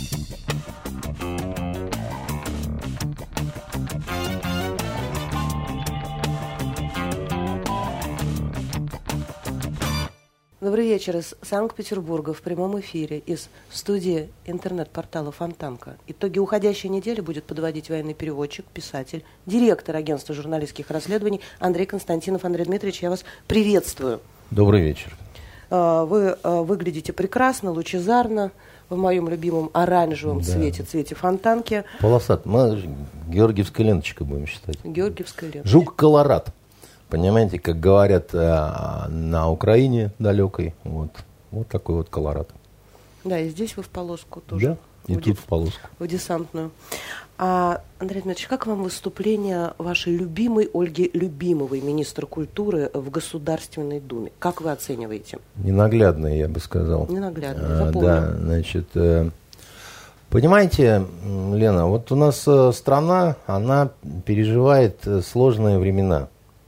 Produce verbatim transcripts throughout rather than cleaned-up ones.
Добрый вечер из Санкт-Петербурга в прямом эфире из студии интернет-портала «Фонтанка». Итоги уходящей недели будет подводить военный переводчик, писатель, директор агентства журналистских расследований Андрей Константинов. Андрей Дмитриевич, я вас приветствую. Добрый вечер. Вы выглядите прекрасно, лучезарно, в моем любимом оранжевом да. цвете, цвете Фонтанки. Полосат. Мы георгиевская ленточка будем считать. Георгиевская ленточка. Жук-колорад. Понимаете, как говорят э, на Украине далекой, вот, вот такой вот колорад. Да, и здесь вы в полоску тоже. Да, и в тут в полоску. В десантную. А, Андрей Дмитриевич, как вам выступление вашей любимой Ольги Любимовой, министра культуры в Государственной Думе? Как вы оцениваете? Ненаглядное, я бы сказал. Ненаглядное, а, запомню. Да, значит, э, понимаете, Лена, вот у нас э, страна, она переживает э, сложные времена.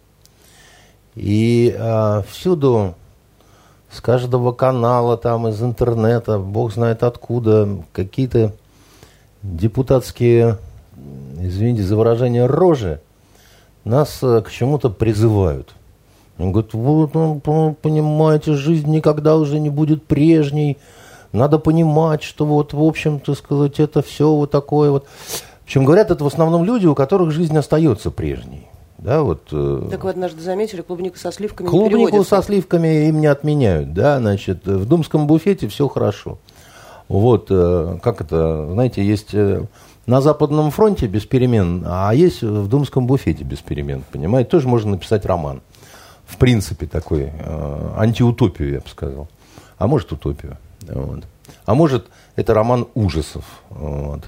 И э, всюду, с каждого канала, там, из интернета, бог знает откуда, какие-то депутатские, извините за выражение, рожи нас э, к чему-то призывают. Они говорят, вот, ну, понимаете, жизнь никогда уже не будет прежней, надо понимать, что вот, в общем-то, сказать, это все вот такое вот. Причем говорят это в основном люди, у которых жизнь остается прежней. Да, вот, так вы однажды заметили, клубнику со сливками не переводится. переводится. Клубнику со сливками им не отменяют, да, значит, в думском буфете все хорошо. Вот, как это, знаете, есть на Западном фронте без перемен, а есть в думском буфете без перемен, понимаете, тоже можно написать роман. В принципе, такой, антиутопию, я бы сказал. А может, утопию. Вот. А может, это роман ужасов. Вот.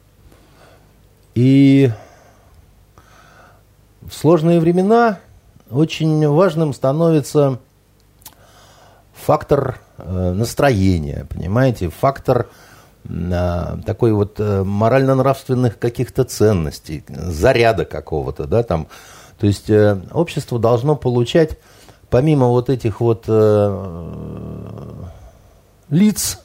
И... В сложные времена очень важным становится фактор э, настроения, понимаете, фактор э, такой вот э, морально-нравственных каких-то ценностей, заряда какого-то, да, там. То есть э, общество должно получать, помимо вот этих вот э, лиц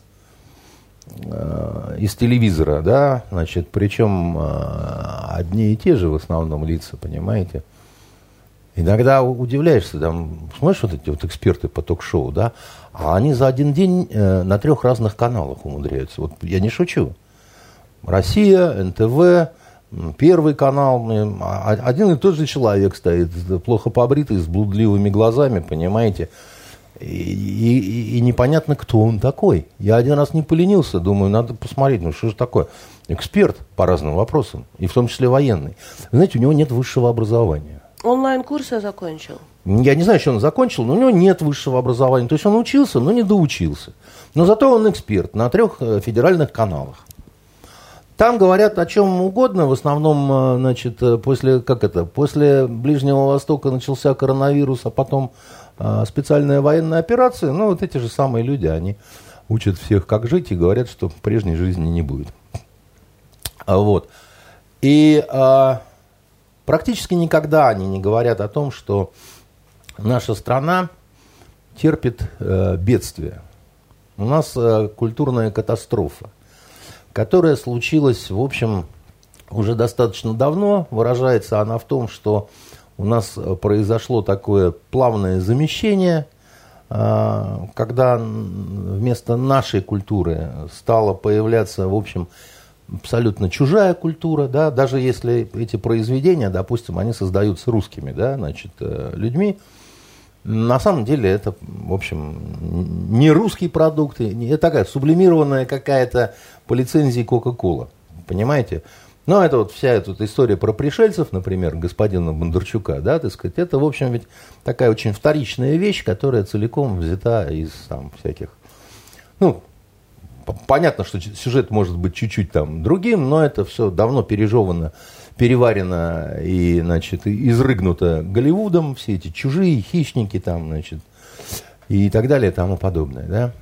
э, из телевизора, да, значит, причем э, одни и те же в основном лица, понимаете. Иногда удивляешься, там, смотришь, вот эти вот эксперты по ток-шоу, да, а они за один день э, на трех разных каналах умудряются. Вот я не шучу. Россия, эн тэ вэ, Первый канал, один и тот же человек стоит, плохо побритый, с блудливыми глазами, понимаете. И, и, и непонятно, кто он такой. Я один раз не поленился, думаю, надо посмотреть, ну что же такое. Эксперт по разным вопросам, и в том числе военный. Знаете, у него нет высшего образования. Онлайн-курсы я закончил. Я не знаю, что он закончил, но у него нет высшего образования. То есть он учился, но не доучился. Но зато он эксперт на трех федеральных каналах. Там говорят о чем угодно, в основном, значит, после, как это, после Ближнего Востока начался коронавирус, а потом э, специальная военная операция. Ну, вот эти же самые люди, они учат всех, как жить, и говорят, что прежней жизни не будет. А вот. И э, практически никогда они не говорят о том, что наша страна терпит э, бедствие. У нас э, культурная катастрофа, которая случилась, в общем, уже достаточно давно. Выражается она в том, что у нас произошло такое плавное замещение, когда вместо нашей культуры стала появляться, в общем, абсолютно чужая культура, да, даже если эти произведения, допустим, они создаются русскими, да, значит, людьми. На самом деле это, в общем, не русский продукт, это такая сублимированная какая-то по лицензии Кока-Кола, понимаете? Но это вот вся эта история про пришельцев, например, господина Бондарчука, да, так сказать, это, в общем, ведь такая очень вторичная вещь, которая целиком взята из там всяких, ну, понятно, что сюжет может быть чуть-чуть там другим, но это все давно пережевано, переварено и, значит, изрыгнуто Голливудом, все эти чужие хищники там, значит, и так далее и тому подобное, да.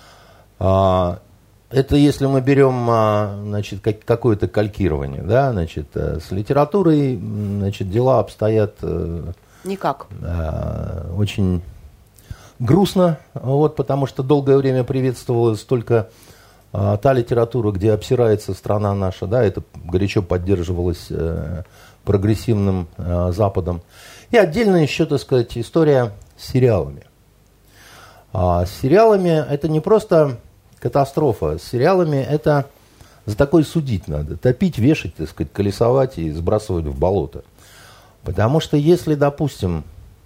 А, это если мы берем, значит, как, какое-то калькирование, да, значит, с литературой, значит, дела обстоят никак. А, очень грустно, вот, потому что долгое время приветствовалось только а, та литература, где обсирается страна наша, да, это горячо поддерживалось э, прогрессивным э, Западом. И отдельно еще, так сказать, история с сериалами. А с сериалами это не просто катастрофа, с сериалами это за такое судить надо. Топить, вешать, так сказать, колесовать и сбрасывать в болото. Потому что если, допустим,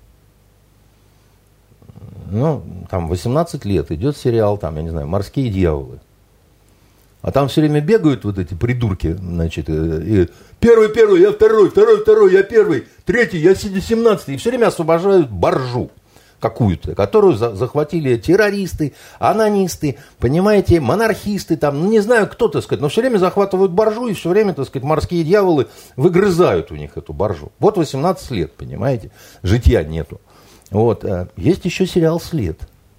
ну, там восемнадцать лет идет сериал, там, я не знаю, «Морские дьяволы», а там все время бегают вот эти придурки, значит, и первый, первый, я второй, второй, второй, я первый, третий, я семнадцатый, и все время освобождают боржу какую-то, которую за, захватили террористы, анонисты, понимаете, монархисты, там, ну, не знаю, кто, так сказать, но все время захватывают боржу, и все время, так сказать, морские дьяволы выгрызают у них эту боржу. Вот восемнадцать лет, понимаете, житья нету. Вот, есть еще сериал «След».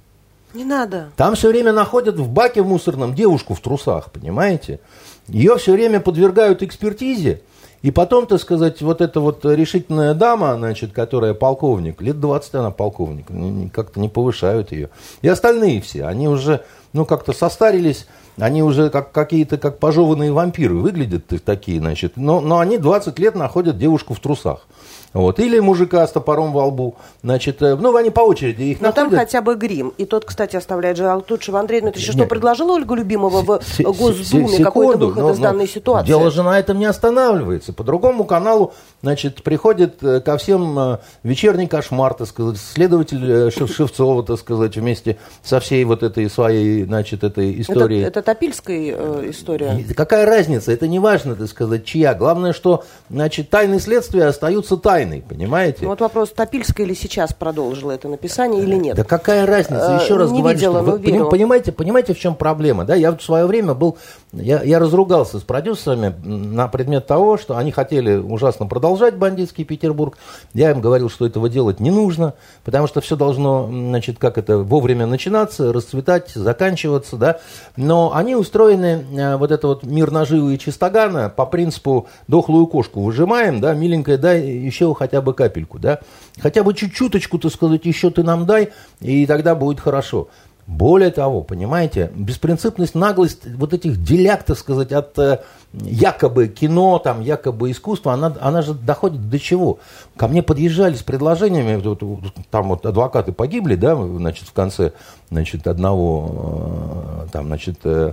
Не надо. Там все время находят в баке в мусорном девушку в трусах, понимаете? Ее все время подвергают экспертизе, и потом, так сказать, вот эта вот решительная дама, значит, которая полковник, лет двадцать она полковник, как-то не повышают ее. И остальные все, они уже, ну, как-то состарились, они уже как какие-то, как пожеванные вампиры выглядят такие, значит, но, но они двадцать лет находят девушку в трусах. Вот. Или мужика с топором во лбу. Значит, ну, они по очереди их Но находят. там хотя бы грим. И тот, кстати, оставляет желать лучшего. Андрей Дмитриевич, что предложила Ольга Любимова в с- Госдуме, какой-то выход но, из данной ситуации? Дело же на этом не останавливается. По другому каналу, значит, приходит ко всем «Вечерний кошмар», так сказать, следователь Шевцова, так сказать, вместе со всей вот этой своей, значит, этой историей. Это, это Топильская э, история. Какая разница? Это не важно, так сказать, чья. Главное, что, значит, тайны следствия остаются тайной. Понимаете? Ну, вот вопрос, Топильская ли сейчас продолжила это написание или нет? Да какая разница? Еще раз не говорю, видела, что но вы верю. понимаете, понимаете, в чем проблема? Да? Я в свое время был, я, я разругался с продюсерами на предмет того, что они хотели ужасно продолжать «Бандитский Петербург». Я им говорил, что этого делать не нужно, потому что все должно, значит, как это, вовремя начинаться, расцветать, заканчиваться, да. Но они устроены, вот это вот мир наживы и чистогана, по принципу дохлую кошку выжимаем, да, миленькая, дай еще хотя бы капельку, да, хотя бы чуть-чуточку, так сказать, еще ты нам дай, и тогда будет хорошо. Более того, понимаете, беспринципность, наглость вот этих деляк, так сказать, от э, якобы кино, там, якобы искусства, она, она же доходит до чего? Ко мне подъезжали с предложениями, вот, вот, там вот адвокаты погибли, да, значит, в конце, значит, одного, э, там, значит... Э,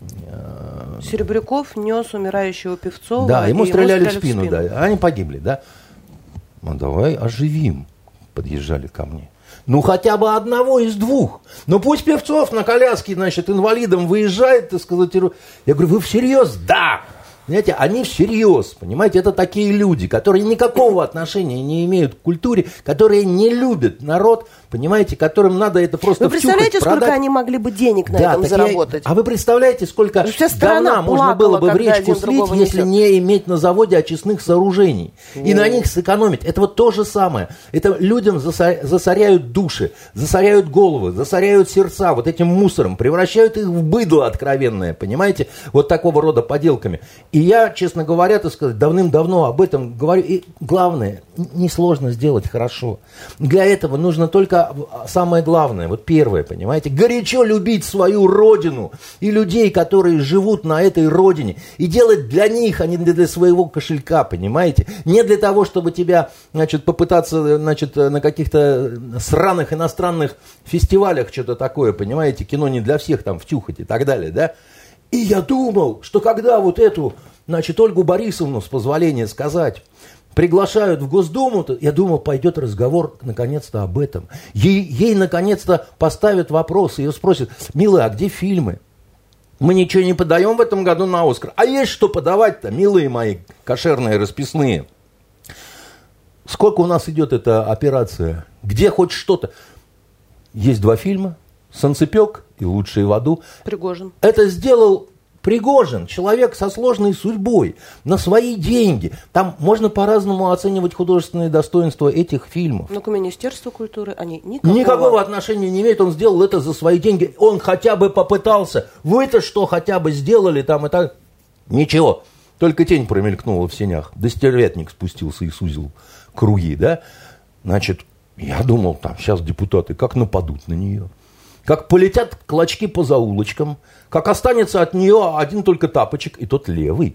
Серебряков нес умирающего Певцова. Да, ему стреляли, ему стреляли в спину, в спину, да, они погибли, да. Ну, давай оживим, подъезжали ко мне. Ну, хотя бы одного из двух. Ну, пусть Певцов на коляске, значит, инвалидом выезжает, так сказать. Я говорю, вы всерьез? Да. Понимаете, они всерьез, понимаете, это такие люди, которые никакого отношения не имеют к культуре, которые не любят народ, понимаете, которым надо это просто Вы представляете, втюхать, сколько продать. они могли бы денег на Да, этом так заработать? Я, а вы представляете, сколько говна можно было бы в речку слить, если не иметь на заводе очистных сооружений mm. и на них сэкономить. Это вот то же самое. Это людям засоряют души, засоряют головы, засоряют сердца вот этим мусором, превращают их в быдло откровенное, понимаете, вот такого рода поделками. И я, честно говоря, так сказать, давным-давно об этом говорю. И главное, несложно сделать хорошо. Для этого нужно только самое главное, вот первое, понимаете, горячо любить свою родину и людей, которые живут на этой родине, и делать для них, а не для своего кошелька, понимаете, не для того, чтобы тебя, значит, попытаться, значит, на каких-то сраных иностранных фестивалях что-то такое, понимаете, кино не для всех там втюхать и так далее, да. И я думал, что когда вот эту, значит, Ольгу Борисовну, с позволения сказать, приглашают в Госдуму, то, я думал, пойдет разговор наконец-то об этом. Ей, ей наконец-то поставят вопрос, ее спросят, милая, а где фильмы? Мы ничего не подаем в этом году на Оскар. А есть что подавать-то, милые мои кошерные расписные? Сколько у нас идет эта операция? Где хоть что-то? Есть два фильма, «Санцепёк» и «Лучшие в аду». Пригожин. Это сделал Пригожин, человек со сложной судьбой, на свои деньги. Там можно по-разному оценивать художественные достоинства этих фильмов. Но к Министерству культуры они никакого... Никакого отношения не имеют, он сделал это за свои деньги. Он хотя бы попытался. Вы-то что хотя бы сделали там и так? Ничего. Только тень промелькнула в сенях. Да стервятник спустился и сузил круги, да? Значит, я думал, там сейчас депутаты как нападут на нее. как полетят клочки по заулочкам, как останется от нее один только тапочек, и тот левый.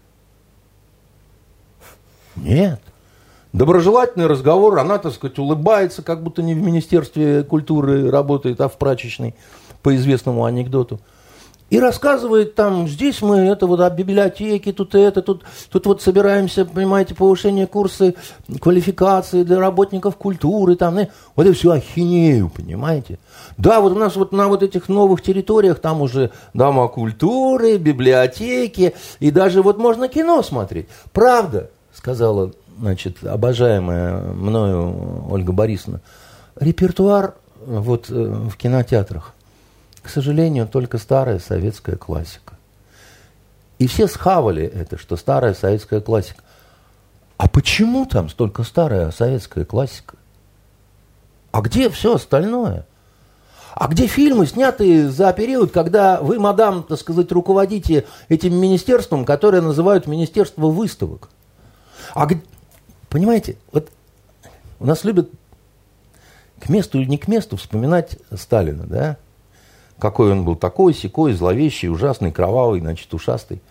Нет. Доброжелательный разговор, она, так сказать, улыбается, как будто не в Министерстве культуры работает, а в прачечной, по известному анекдоту. И рассказывает там, здесь мы, это вот о библиотеке, тут это, тут, тут вот собираемся, понимаете, повышение курса квалификации для работников культуры, там, и, вот это все ахинею, понимаете. Да, вот у нас вот на вот этих новых территориях там уже дома культуры, библиотеки, и даже вот можно кино смотреть. Правда, сказала, значит, обожаемая мною Ольга Борисовна, репертуар вот в кинотеатрах, к сожалению, только старая советская классика. И все схавали это, что старая советская классика. А почему там столько старая советская классика? А где все остальное? А где фильмы, снятые за период, когда вы, мадам, так сказать, руководите этим министерством, которое называют Министерство выставок? А где... Понимаете, вот у нас любят к месту или не к месту вспоминать Сталина, да? Какой он был такой, сякой, зловещий, ужасный, кровавый, значит, ушастый.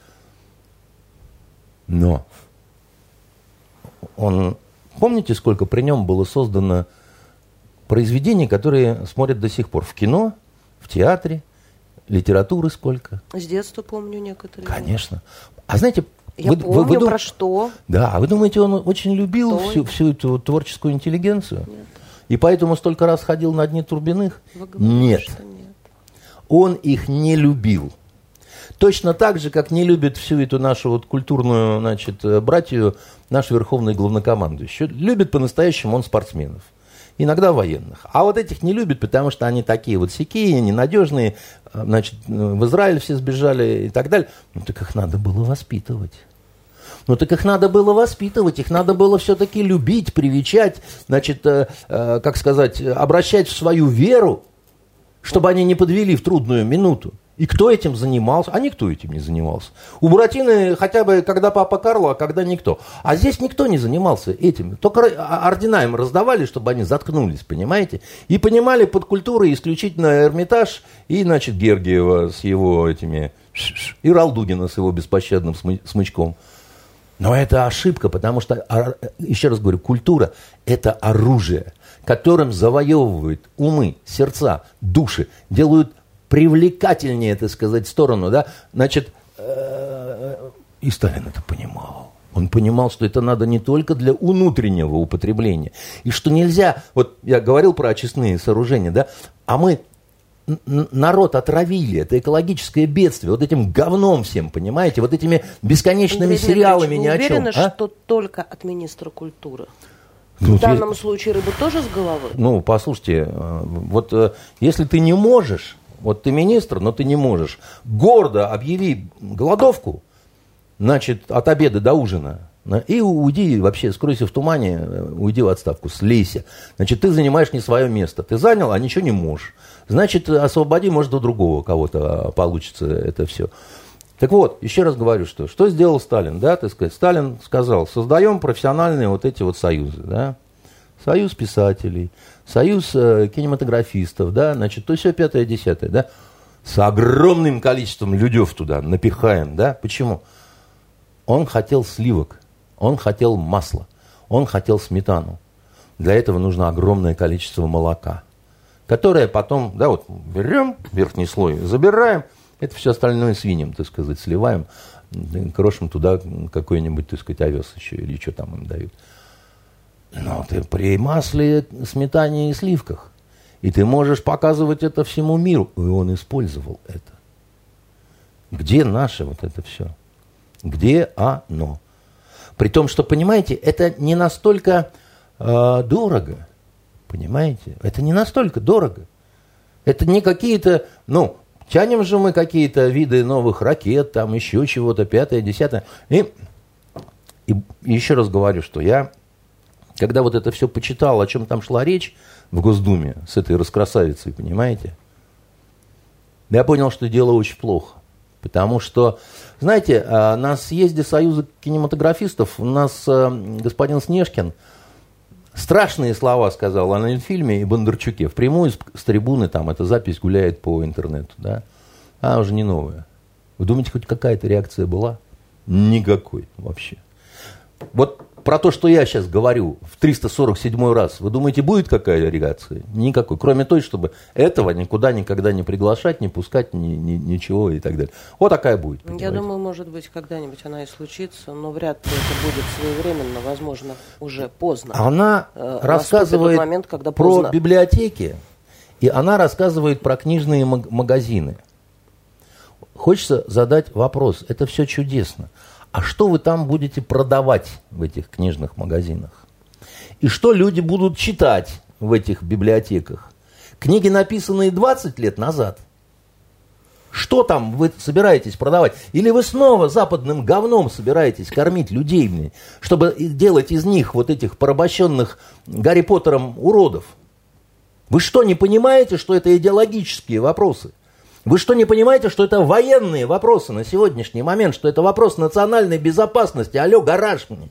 Но он, помните, сколько при нем было создано произведений, которые смотрят до сих пор в кино, в театре, литературы сколько? С детства помню некоторые. Конечно. А знаете, я вы, помню, вы, вы дум... про что. Да, а вы думаете, он очень любил всю, всю эту творческую интеллигенцию? Нет. И поэтому столько раз ходил на дне Турбиных? Вы говорите, нет. Что нет. Он их не любил. Точно так же, как не любит всю эту нашу вот культурную, значит, братью наш верховный главнокомандующий. Любит по-настоящему он спортсменов. Иногда военных. А вот этих не любит, потому что они такие вот сякие, ненадежные. Значит, в Израиль все сбежали и так далее. Ну, так их надо было воспитывать. Ну, так их надо было воспитывать, их надо было все-таки любить, привечать, значит, э, э, как сказать, обращать в свою веру, чтобы они не подвели в трудную минуту. И кто этим занимался? А никто этим не занимался. У Буратино хотя бы когда папа Карло, а когда никто. А здесь никто не занимался этим. Только ордена им раздавали, чтобы они заткнулись, понимаете? И понимали под культурой исключительно Эрмитаж и, значит, Гергиева с его этими... И Ралдугина с его беспощадным смычком. Но это ошибка, потому что, еще раз говорю, культура – это оружие, которым завоевывают умы, сердца, души, делают привлекательнее, так сказать, сторону, да, значит, и Сталин это понимал. Он понимал, что это надо не только для внутреннего употребления, и что нельзя, вот я говорил про очистные сооружения, да, а мы народ отравили, это экологическое бедствие, вот этим говном всем, понимаете, вот этими бесконечными Андрей сериалами ни о чем. Вы уверены, а? что только от министра культуры? Ну, в данном я... случае рыба тоже с головы? Ну, послушайте, вот если ты не можешь, вот ты министр, но ты не можешь, гордо объяви голодовку, значит, от обеда до ужина, и уйди вообще, скройся в тумане, уйди в отставку, слейся. Значит, ты занимаешь не свое место. Ты занял, а ничего не можешь. Значит, освободи, может, у другого кого-то получится это все. Так вот, еще раз говорю, что, что сделал Сталин, да, так сказать. Сталин сказал, создаем профессиональные вот эти вот союзы, да. Союз писателей, союз э, кинематографистов, да, значит, то все пятое, десятое, да. С огромным количеством людей туда напихаем, да. Почему? Он хотел сливок, он хотел масла, он хотел сметану. Для этого нужно огромное количество молока, которое потом, да, вот берем верхний слой, забираем, это все остальное свиньям, так сказать, сливаем, крошим туда какой-нибудь, так сказать, овес еще, или что там им дают. Но ты при масле, сметане и сливках, и ты можешь показывать это всему миру. И он использовал это. Где наше вот это все? Где оно? При том, что, понимаете, это не настолько э, дорого. Понимаете? Это не настолько дорого. Это не какие-то, ну, тянем же мы какие-то виды новых ракет, там еще чего-то, пятое, десятое. И, и еще раз говорю, что я, когда вот это все почитал, о чем там шла речь в Госдуме с этой раскрасавицей, понимаете, я понял, что дело очень плохо. Потому что, знаете, на съезде Союза кинематографистов у нас господин Снежкин Страшные слова сказал о Ленфильме и Бондарчуке. Впрямую с, с трибуны там эта запись гуляет по интернету. Да? Она уже не новая. Вы думаете, хоть какая-то реакция была? Никакой вообще. Вот про то, что я сейчас говорю в триста сорок седьмой раз, вы думаете, будет какая-то реакция? Никакой. Кроме той, чтобы этого никуда никогда не приглашать, не пускать, ни, ни, ничего и так далее. Вот такая будет. Я думаю, может быть, когда-нибудь она и случится, но вряд ли это будет своевременно, возможно, уже поздно. Она э, рассказывает момент, когда про поздно. библиотеки, и она рассказывает про книжные магазины. Хочется задать вопрос. Это все чудесно. А что вы там будете продавать в этих книжных магазинах? И что люди будут читать в этих библиотеках? Книги, написанные двадцать лет назад. Что там вы собираетесь продавать? Или вы снова западным говном собираетесь кормить людей, чтобы делать из них вот этих порабощенных Гарри Поттером уродов? Вы что, не понимаете, что это идеологические вопросы? Вы что, не понимаете, что это военные вопросы на сегодняшний момент, что это вопрос национальной безопасности? Алло, гараж мне.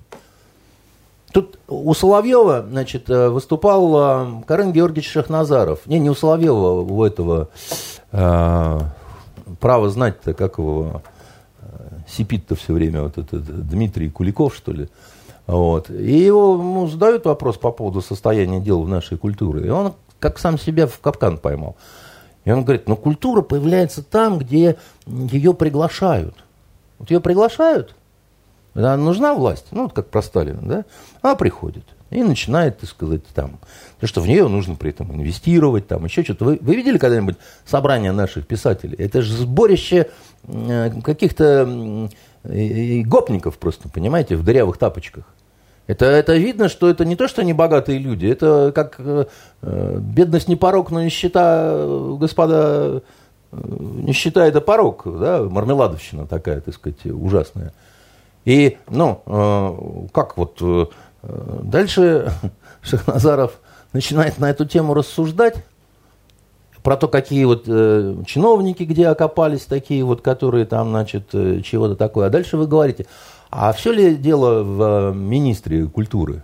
Тут у Соловьева, значит, выступал Карен Георгиевич Шахназаров. Не, не у Соловьева, у этого, э, право знать-то, как его, сипит-то все время, вот этот Дмитрий Куликов, что ли. Вот. И его ему задают вопрос по поводу состояния дел в нашей культуре. И он как сам себя в капкан поймал. И он говорит, ну культура появляется там, где ее приглашают. Вот ее приглашают, она нужна власть, ну вот как про Сталина, да, она приходит и начинает, так сказать, там, потому что в нее нужно при этом инвестировать, там, еще что-то. Вы, вы видели когда-нибудь собрание наших писателей? Это же сборище э, каких-то э, гопников просто, понимаете, в дырявых тапочках. Это, это видно, что это не то, что они богатые люди, это как э, бедность не порок, но нищета, господа, э, нищета это порок, да, мармеладовщина такая, так сказать, ужасная. И, ну, э, как вот э, дальше Шахназаров начинает на эту тему рассуждать, про то, какие вот э, чиновники где окопались, такие вот, которые там, значит, э, чего-то такое. А дальше вы говорите... А все ли дело в министре культуры?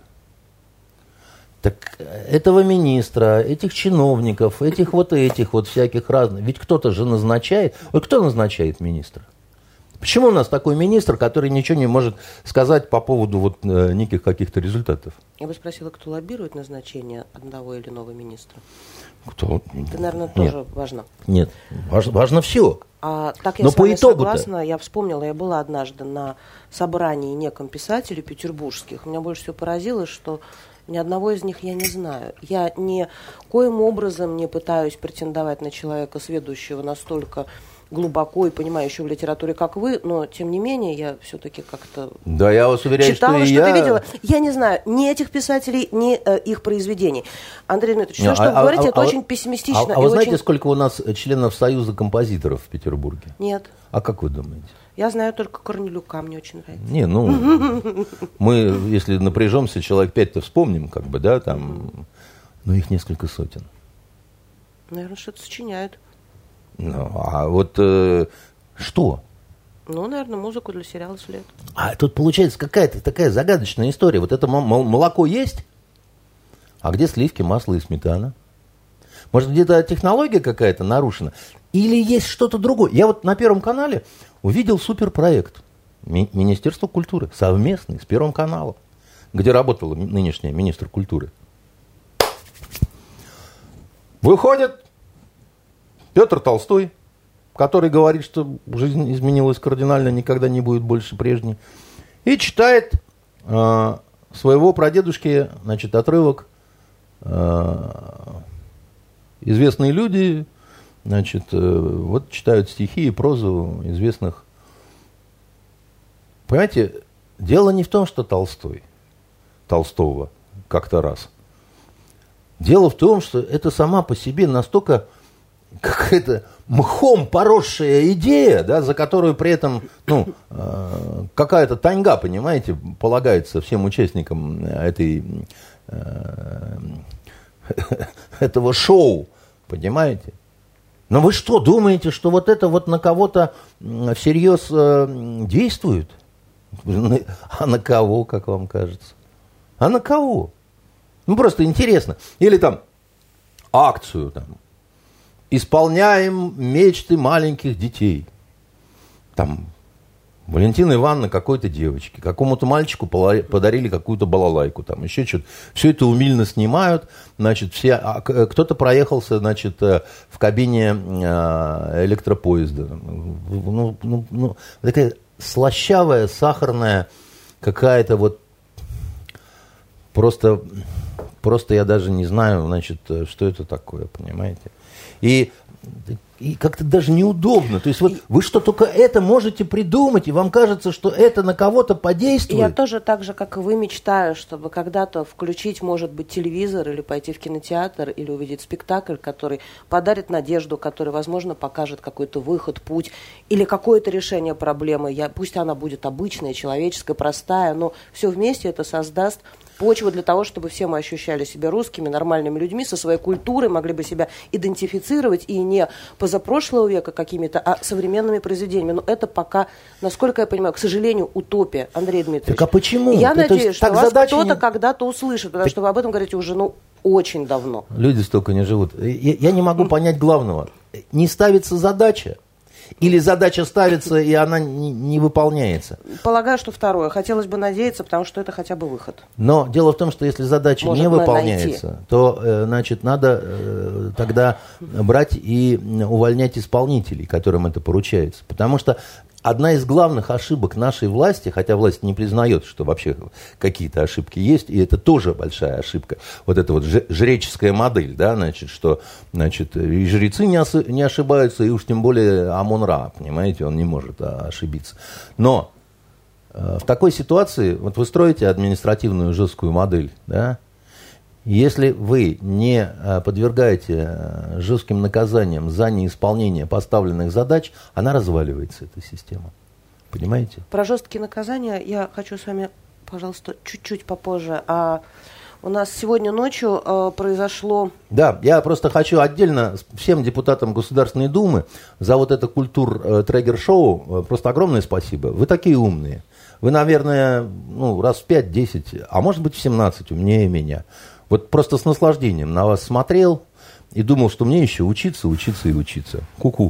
Так этого министра, этих чиновников, этих вот этих вот всяких разных. Ведь кто-то же назначает. Вот кто назначает министра? Почему у нас такой министр, который ничего не может сказать по поводу вот неких каких-то результатов? Я бы спросила, кто лоббирует назначение одного или иного министра? Кто? Это, наверное, Нет. тоже важно. Нет, важно, важно все. А так я Но с вами по итогу-то... согласна. Я вспомнила, я была однажды на собрании неком писателей петербургских. Меня больше всего поразило, что ни одного из них я не знаю. Я ни коим образом не пытаюсь претендовать на человека, сведущего настолько глубоко и понимающего в литературе, как вы, но, тем не менее, я все-таки как-то да, я вас уверяю, читала, что и что-то я... видела. Я не знаю ни этих писателей, ни э, их произведений. Андрей Дмитриевич, все, а, что а, вы говорите, а, это а, очень пессимистично. А, а и вы очень... знаете, сколько у нас членов Союза композиторов в Петербурге? Нет. А как вы думаете? Я знаю только Корнелюка, мне очень нравится. Не, ну, мы, если напряжемся, человек пять-то вспомним, как бы, да, там, но их несколько сотен. Наверное, что-то сочиняют. Ну, а вот э, что? Ну, наверное, музыку для сериала «След». А тут получается какая-то такая загадочная история. Вот это м- молоко есть, а где сливки, масло и сметана? Может, где-то технология какая-то нарушена? Или есть что-то другое? Я вот на Первом канале увидел суперпроект Ми- Министерства культуры, совместный с Первым каналом, где работала нынешняя министр культуры. Выходит Петр Толстой, который говорит, что жизнь изменилась кардинально, никогда не будет больше прежней, и читает э, своего прадедушки, значит, отрывок э, «Известные люди», значит, э, вот читают стихи и прозу известных. Понимаете, дело не в том, что Толстой, Толстого как-то раз. Дело в том, что это сама по себе настолько какая-то мхом поросшая идея, да, за которую при этом ну, э, какая-то таньга, понимаете, полагается всем участникам этой, э, этого шоу, понимаете? Но вы что, думаете, что вот это вот на кого-то всерьез э, действует? А на кого, как вам кажется? А на кого? Ну, просто интересно. Или там акцию там. Исполняем мечты маленьких детей. Там Валентина Ивановна какой-то девочке, какому-то мальчику подарили какую-то балалайку, там еще что-то. Все это умильно снимают, значит, все, а кто-то проехался, значит, в кабине электропоезда. Ну, ну, ну, такая слащавая, сахарная какая-то вот, просто, просто я даже не знаю, значит, что это такое, понимаете. И И как-то даже неудобно. То есть вот вы что, только это можете придумать, и вам кажется, что это на кого-то подействует? Я тоже так же, как и вы, мечтаю, чтобы когда-то включить, может быть, телевизор, или пойти в кинотеатр, или увидеть спектакль, который подарит надежду, который, возможно, покажет какой-то выход, путь, или какое-то решение проблемы. Я, пусть она будет обычная, человеческая, простая, но все вместе это создаст почву для того, чтобы все мы ощущали себя русскими, нормальными людьми, со своей культурой, могли бы себя идентифицировать и не позапрошлого века какими-то, а современными произведениями. Но это пока, насколько я понимаю, к сожалению, утопия, Андрей Дмитриевич. Так а почему? Я Ты, надеюсь, есть, что вас задача кто-то не... когда-то услышит, потому так... что вы об этом говорите уже, ну, очень давно. Люди столько не живут. Я, я не могу понять главного. Не ставится задача? Или задача ставится, и она не, не выполняется? Полагаю, что второе. Хотелось бы надеяться, потому что это хотя бы выход. Но дело в том, что если задача Может, не выполняется, найти. то, э, значит, надо э, тогда брать и увольнять исполнителей, которым это поручается. Потому что одна из главных ошибок нашей власти, хотя власть не признает, что вообще какие-то ошибки есть, и это тоже большая ошибка, вот эта вот жреческая модель, да, значит, что, значит, и жрецы не, ос- не ошибаются, и уж тем более Амон-Ра, понимаете, он не может ошибиться. Но э, в такой ситуации, вот вы строите административную жесткую модель, да, если вы не подвергаете жестким наказаниям за неисполнение поставленных задач, она разваливается, эта система. Понимаете? Про жесткие наказания я хочу с вами, пожалуйста, чуть-чуть попозже. А у нас сегодня ночью э, произошло... Да, я просто хочу отдельно всем депутатам Государственной Думы за вот это культур-трегер-шоу просто огромное спасибо. Вы такие умные. Вы, наверное, ну, раз в пять-десять, а может быть в семнадцать умнее меня. Вот просто с наслаждением на вас смотрел и думал, что мне еще учиться, учиться и учиться. Ку-ку.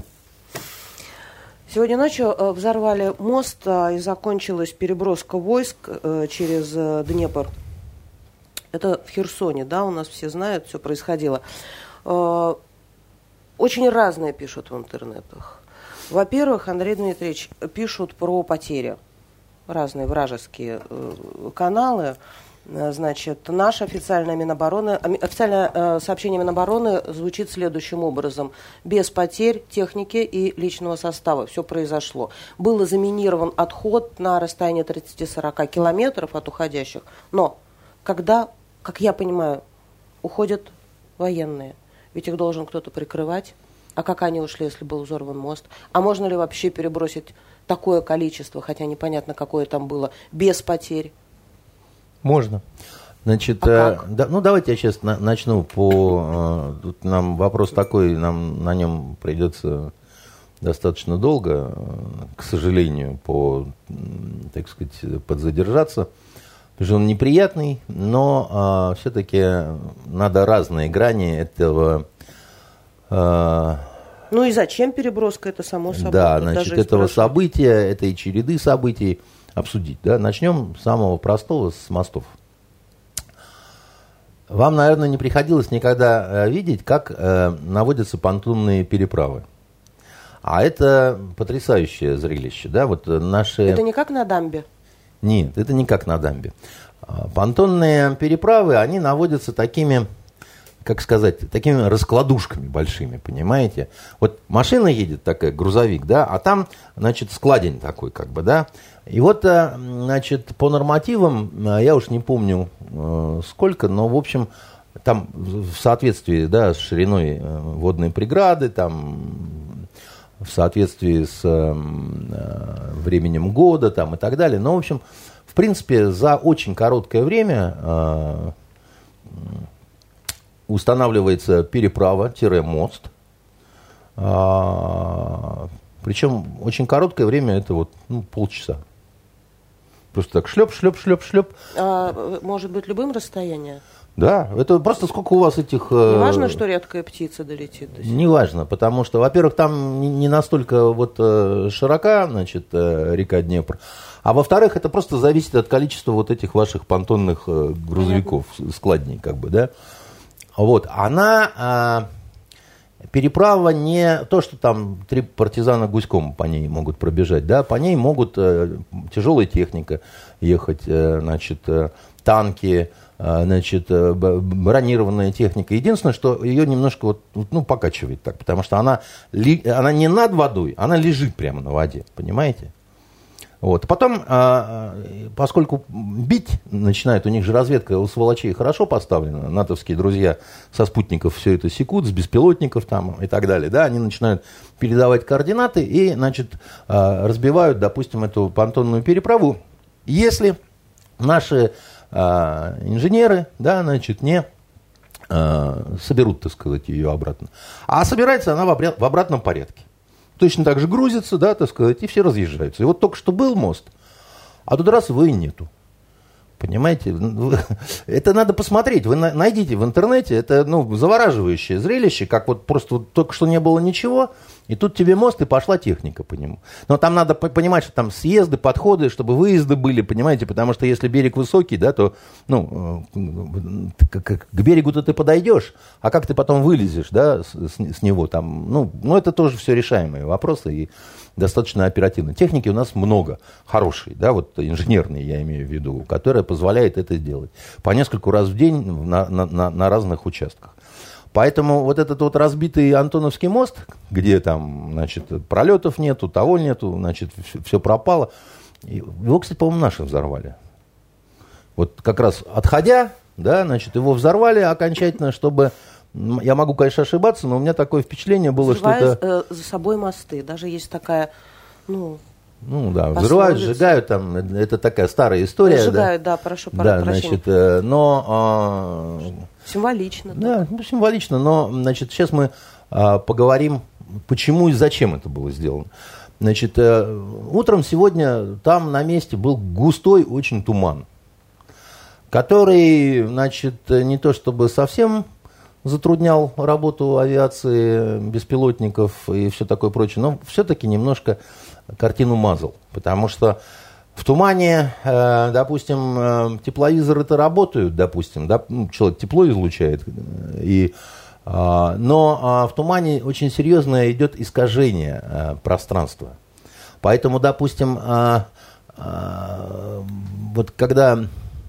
Сегодня ночью э, взорвали мост, э, и закончилась переброска войск э, через э, Днепр. Это в Херсоне, да, у нас все знают, все происходило. Э, очень разные пишут в интернетах. Во-первых, Андрей Дмитриевич, пишут про потери. Разные вражеские э, каналы. Значит, наше официальное Минобороны, официальное э, сообщение Минобороны звучит следующим образом. Без потерь техники и личного состава все произошло. Был заминирован отход на расстоянии тридцать-сорок километров от уходящих. Но когда, как я понимаю, уходят военные, ведь их должен кто-то прикрывать. А как они ушли, если был взорван мост? А можно ли вообще перебросить такое количество, хотя непонятно, какое там было, без потерь? Можно. Значит, а э, да, ну давайте я сейчас на, начну по... Э, тут нам вопрос такой, нам на нем придется достаточно долго, э, к сожалению, по, так сказать, подзадержаться, потому что он неприятный, но э, все-таки надо разные грани этого... Э, ну и зачем переброска, это само собой. Да, значит, этого события, этой череды событий обсудить. Да? Начнем с самого простого, с мостов. Вам, наверное, не приходилось никогда видеть, как э, наводятся понтонные переправы. А это потрясающее зрелище. Да? Вот наши... Это не как на дамбе? Нет, это не как на дамбе. Понтонные переправы, они наводятся такими, как сказать, такими раскладушками большими, понимаете? Вот машина едет такая, грузовик, да, а там, значит, складень такой, как бы, да. И вот, значит, по нормативам, я уж не помню сколько, но, в общем, там в соответствии, да, с шириной водной преграды, там в соответствии с временем года, там и так далее. Но, в общем, в принципе, за очень короткое время устанавливается переправа-мост. Причем очень короткое время, это вот ну, полчаса. Просто так шлеп, шлеп, шлеп, шлеп. А, может быть, любым расстоянием? Да, это просто сколько у вас этих... Не важно, что редкая птица долетит. Не важно, потому что, во-первых, там не настолько вот широка, значит, река Днепр, а во-вторых, это просто зависит от количества вот этих ваших понтонных грузовиков, складней, как бы, да. Вот, она... Переправа не то, что там три партизана гуськом по ней могут пробежать, да, по ней могут э, тяжелая техника ехать, э, значит, э, танки, э, значит, э, бронированная техника. Единственное, что ее немножко вот, ну, покачивает так, потому что она, ли, она не над водой, она лежит прямо на воде, понимаете? Вот. Потом, поскольку бить начинают, у них же разведка у сволочей хорошо поставлена, натовские друзья со спутников все это секут, с беспилотников там и так далее, да, они начинают передавать координаты и, значит, разбивают, допустим, эту понтонную переправу, если наши инженеры, да, значит, не соберут, так сказать, ее обратно. А собирается она в обратном порядке. Точно так же грузится, да, так сказать, и все разъезжаются. И вот только что был мост, а тут раз его и нету. Понимаете? Это надо посмотреть. Вы найдите в интернете. Это, ну, завораживающее зрелище, как вот просто вот только что не было ничего, и тут тебе мост, и пошла техника по нему. Но там надо понимать, что там съезды, подходы, чтобы выезды были, понимаете? Потому что если берег высокий, да, то, ну, к берегу-то ты подойдешь, а как ты потом вылезешь, да, с, с него там, ну, ну, это тоже все решаемые вопросы, и достаточно оперативно. Техники у нас много, хорошей, да, вот инженерной, я имею в виду, которая позволяет это сделать по нескольку раз в день на, на, на, на разных участках. Поэтому вот этот вот разбитый Антоновский мост, где там, значит, пролетов нету, того нету, значит, все, все пропало, его, кстати, по-моему, наши взорвали. Вот как раз отходя, да, значит, его взорвали окончательно, чтобы... Я могу, конечно, ошибаться, но у меня такое впечатление было, взрывают, что это... Э, за собой мосты. Даже есть такая, ну... Ну, да, взрывают, сжигают, там, это такая старая история. Сжигают, да, да, прошу да, значит, э, но... Э, символично. Да, ну, символично, но, значит, сейчас мы э, поговорим, почему и зачем это было сделано. Значит, э, утром сегодня там на месте был густой очень туман, который, значит, не то чтобы совсем... затруднял работу авиации, беспилотников и все такое прочее, но все-таки немножко картину мазал, потому что в тумане, э, допустим, э, тепловизоры-то работают, допустим, да, ну, человек тепло излучает, и, э, но э, в тумане очень серьезное идет искажение э, пространства. Поэтому, допустим, э, э, вот когда...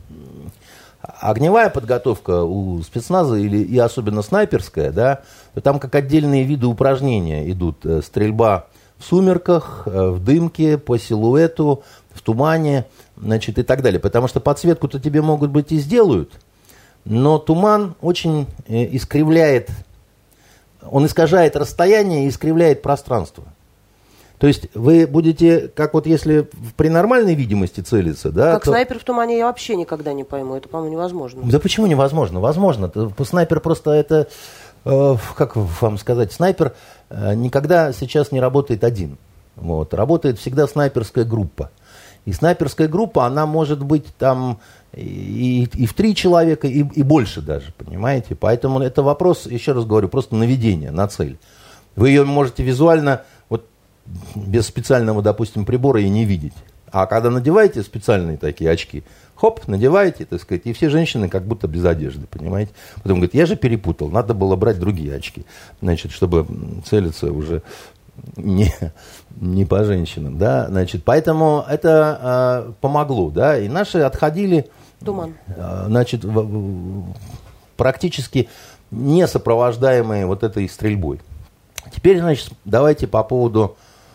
огневая подготовка у спецназа, или, и особенно снайперская, да, то там как отдельные виды упражнения идут. Стрельба в сумерках, в дымке, по силуэту, в тумане, значит, и так далее. Потому что подсветку-то тебе, могут быть, и сделают, но туман очень искривляет, он искажает расстояние и искривляет пространство. То есть вы будете, как вот если при нормальной видимости целиться, да? Как то... снайпер в тумане я вообще никогда не пойму, это, по-моему, невозможно. Да почему невозможно? Возможно. Снайпер просто это, э, как вам сказать, снайпер э, никогда сейчас не работает один. Вот. Работает всегда снайперская группа. И снайперская группа, она может быть там и, и в три человека, и, и больше даже, понимаете? Поэтому это вопрос, еще раз говорю, просто наведения на цель. Вы ее можете визуально... без специального, допустим, прибора и не видеть. А когда надеваете специальные такие очки, хоп, надеваете, так сказать, и все женщины как будто без одежды, понимаете? Потом говорят, я же перепутал, надо было брать другие очки, значит, чтобы целиться уже не, не по женщинам, да, значит, поэтому это э, помогло, да, и наши отходили, Туман. Э, значит, в, в, практически не сопровождаемые вот этой стрельбой. Теперь, значит, давайте по поводу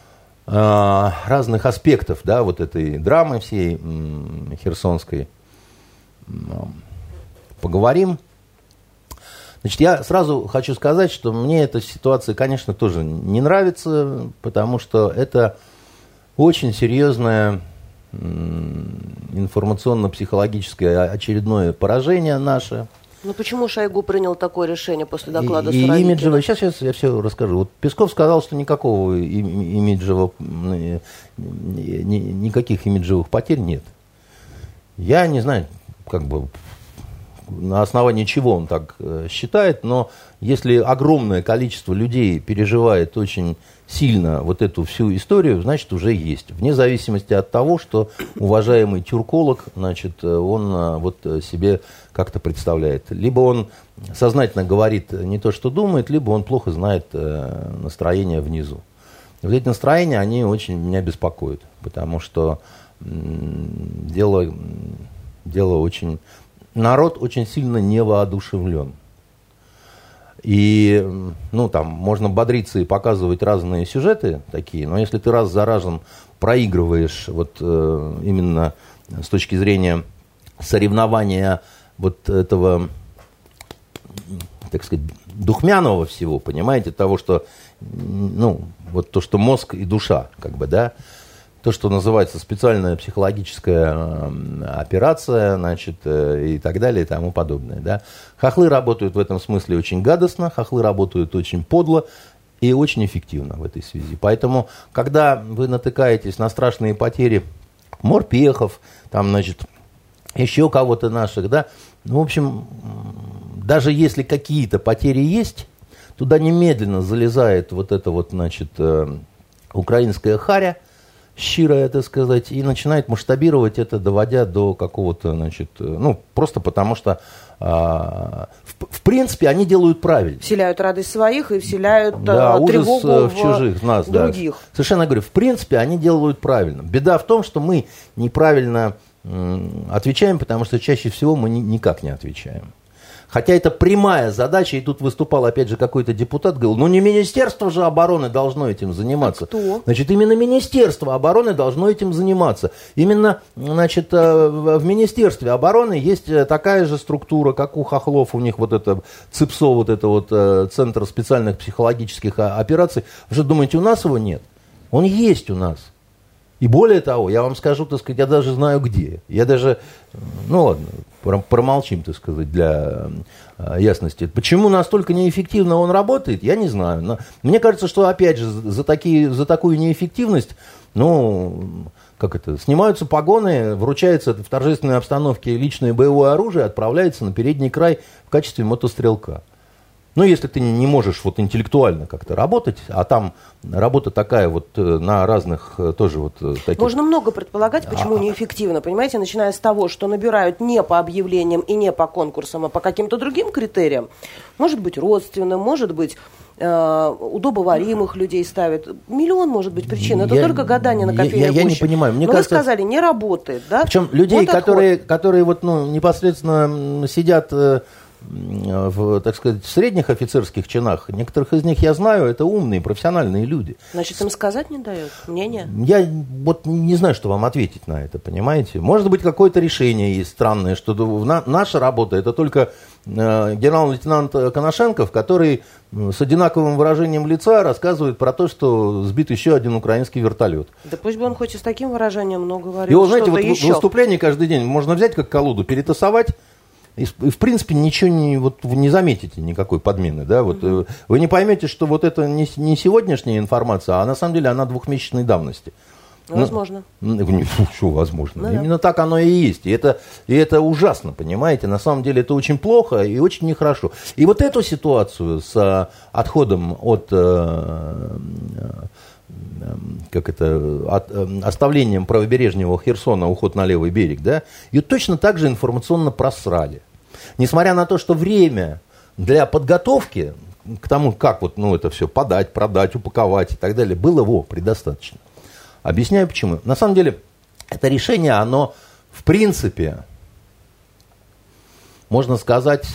разных аспектов, да, вот этой драмы всей м, херсонской м, поговорим. Значит, я сразу хочу сказать, что мне эта ситуация, конечно, тоже не нравится, потому что это очень серьезное м, информационно-психологическое очередное поражение наше. Ну почему Шойгу принял такое решение после доклада и, Суровикина? И имиджевое, сейчас, сейчас я все расскажу. Вот Песков сказал, что никакого имиджевого, никаких имиджевых потерь нет. Я не знаю, как бы, на основании чего он так считает, но если огромное количество людей переживает очень сильно вот эту всю историю, значит, уже есть. Вне зависимости от того, что уважаемый тюрколог, значит, он вот себе как-то представляет. Либо он сознательно говорит не то, что думает, либо он плохо знает настроение внизу. Вот эти настроения, они очень меня беспокоят, потому что дело, дело очень... Народ очень сильно невоодушевлен. И, ну, там, можно бодриться и показывать разные сюжеты такие, но если ты раз за разом проигрываешь вот э, именно с точки зрения соревнования вот этого, так сказать, духмяного всего, понимаете, того, что, ну, вот то, что мозг и душа, как бы, да, то, что называется специальная психологическая операция, значит, и так далее, и тому подобное. Да. Хохлы работают в этом смысле очень гадостно, хохлы работают очень подло и очень эффективно в этой связи. Поэтому, когда вы натыкаетесь на страшные потери морпехов, там, значит, еще кого-то наших, да, ну, в общем, даже если какие-то потери есть, туда немедленно залезает вот эта вот, значит, украинская харя, щирая, так сказать, и начинает масштабировать это, доводя до какого-то, значит, ну, просто потому что, а, в, в принципе, они делают правильно. Вселяют радость своих и вселяют да, а, тревогу ужас в, в чужих, в нас, других. Да. Совершенно говорю, в принципе, они делают правильно. Беда в том, что мы неправильно м, отвечаем, потому что чаще всего мы ни, никак не отвечаем. Хотя это прямая задача, и тут выступал опять же какой-то депутат, говорил, ну не Министерство же обороны должно этим заниматься. А кто? Значит, именно Министерство обороны должно этим заниматься. Именно, значит, в Министерстве обороны есть такая же структура, как у хохлов, у них вот это ЦИПСО, вот это вот Центр специальных психологических операций. Вы же думаете, у нас его нет? Он есть у нас. И более того, я вам скажу, так сказать, я даже знаю где. Я даже, ну ладно, промолчим, так сказать, для э, ясности. Почему настолько неэффективно он работает, я не знаю. Но мне кажется, что, опять же, за, такие, за такую неэффективность, ну, как это, снимаются погоны, вручается в торжественной обстановке личное боевое оружие, отправляется на передний край в качестве мотострелка. Ну, если ты не можешь вот интеллектуально как-то работать, а там работа такая вот на разных тоже вот таких... Можно много предполагать, почему а... неэффективно, понимаете, начиная с того, что набирают не по объявлениям и не по конкурсам, а по каким-то другим критериям. Может быть, родственным, может быть, э, удобоваримых людей ставят. Миллион, может быть, причин. Это я, только гадание на кофейной гуще. Я, я не понимаю. Мне Но кажется, вы сказали, не работает, да? Причем людей, вот которые, которые вот, ну, непосредственно сидят... в, так сказать, в средних офицерских чинах, некоторых из них я знаю, это умные, профессиональные люди. Значит, им сказать не дают? Мнение? Я вот не знаю, что вам ответить на это, понимаете? Может быть, какое-то решение есть странное, что на, наша работа это только э, генерал-лейтенант Коношенков, который с одинаковым выражением лица рассказывает про то, что сбит еще один украинский вертолет. Да пусть бы он хоть и с таким выражением, но говорил и, вы, знаете, что-то вот еще. В выступлении каждый день можно взять как колоду, перетасовать, и, в принципе, ничего не, вот, вы не заметите никакой подмены. Да? Вот, угу. Вы не поймете, что вот это не, не сегодняшняя информация, а на самом деле она двухмесячной давности. Возможно. Ну, что возможно? Ну, Именно да. так оно и есть. И это, и это ужасно, понимаете? На самом деле это очень плохо и очень нехорошо. И вот эту ситуацию с отходом от... как это, от, оставлением правобережного Херсона, уход на левый берег, да, ее точно так же информационно просрали. Несмотря на то, что время для подготовки к тому, как вот, ну, это все подать, продать, упаковать и так далее, было во, предостаточно. Объясняю почему. На самом деле, это решение, оно в принципе, можно сказать,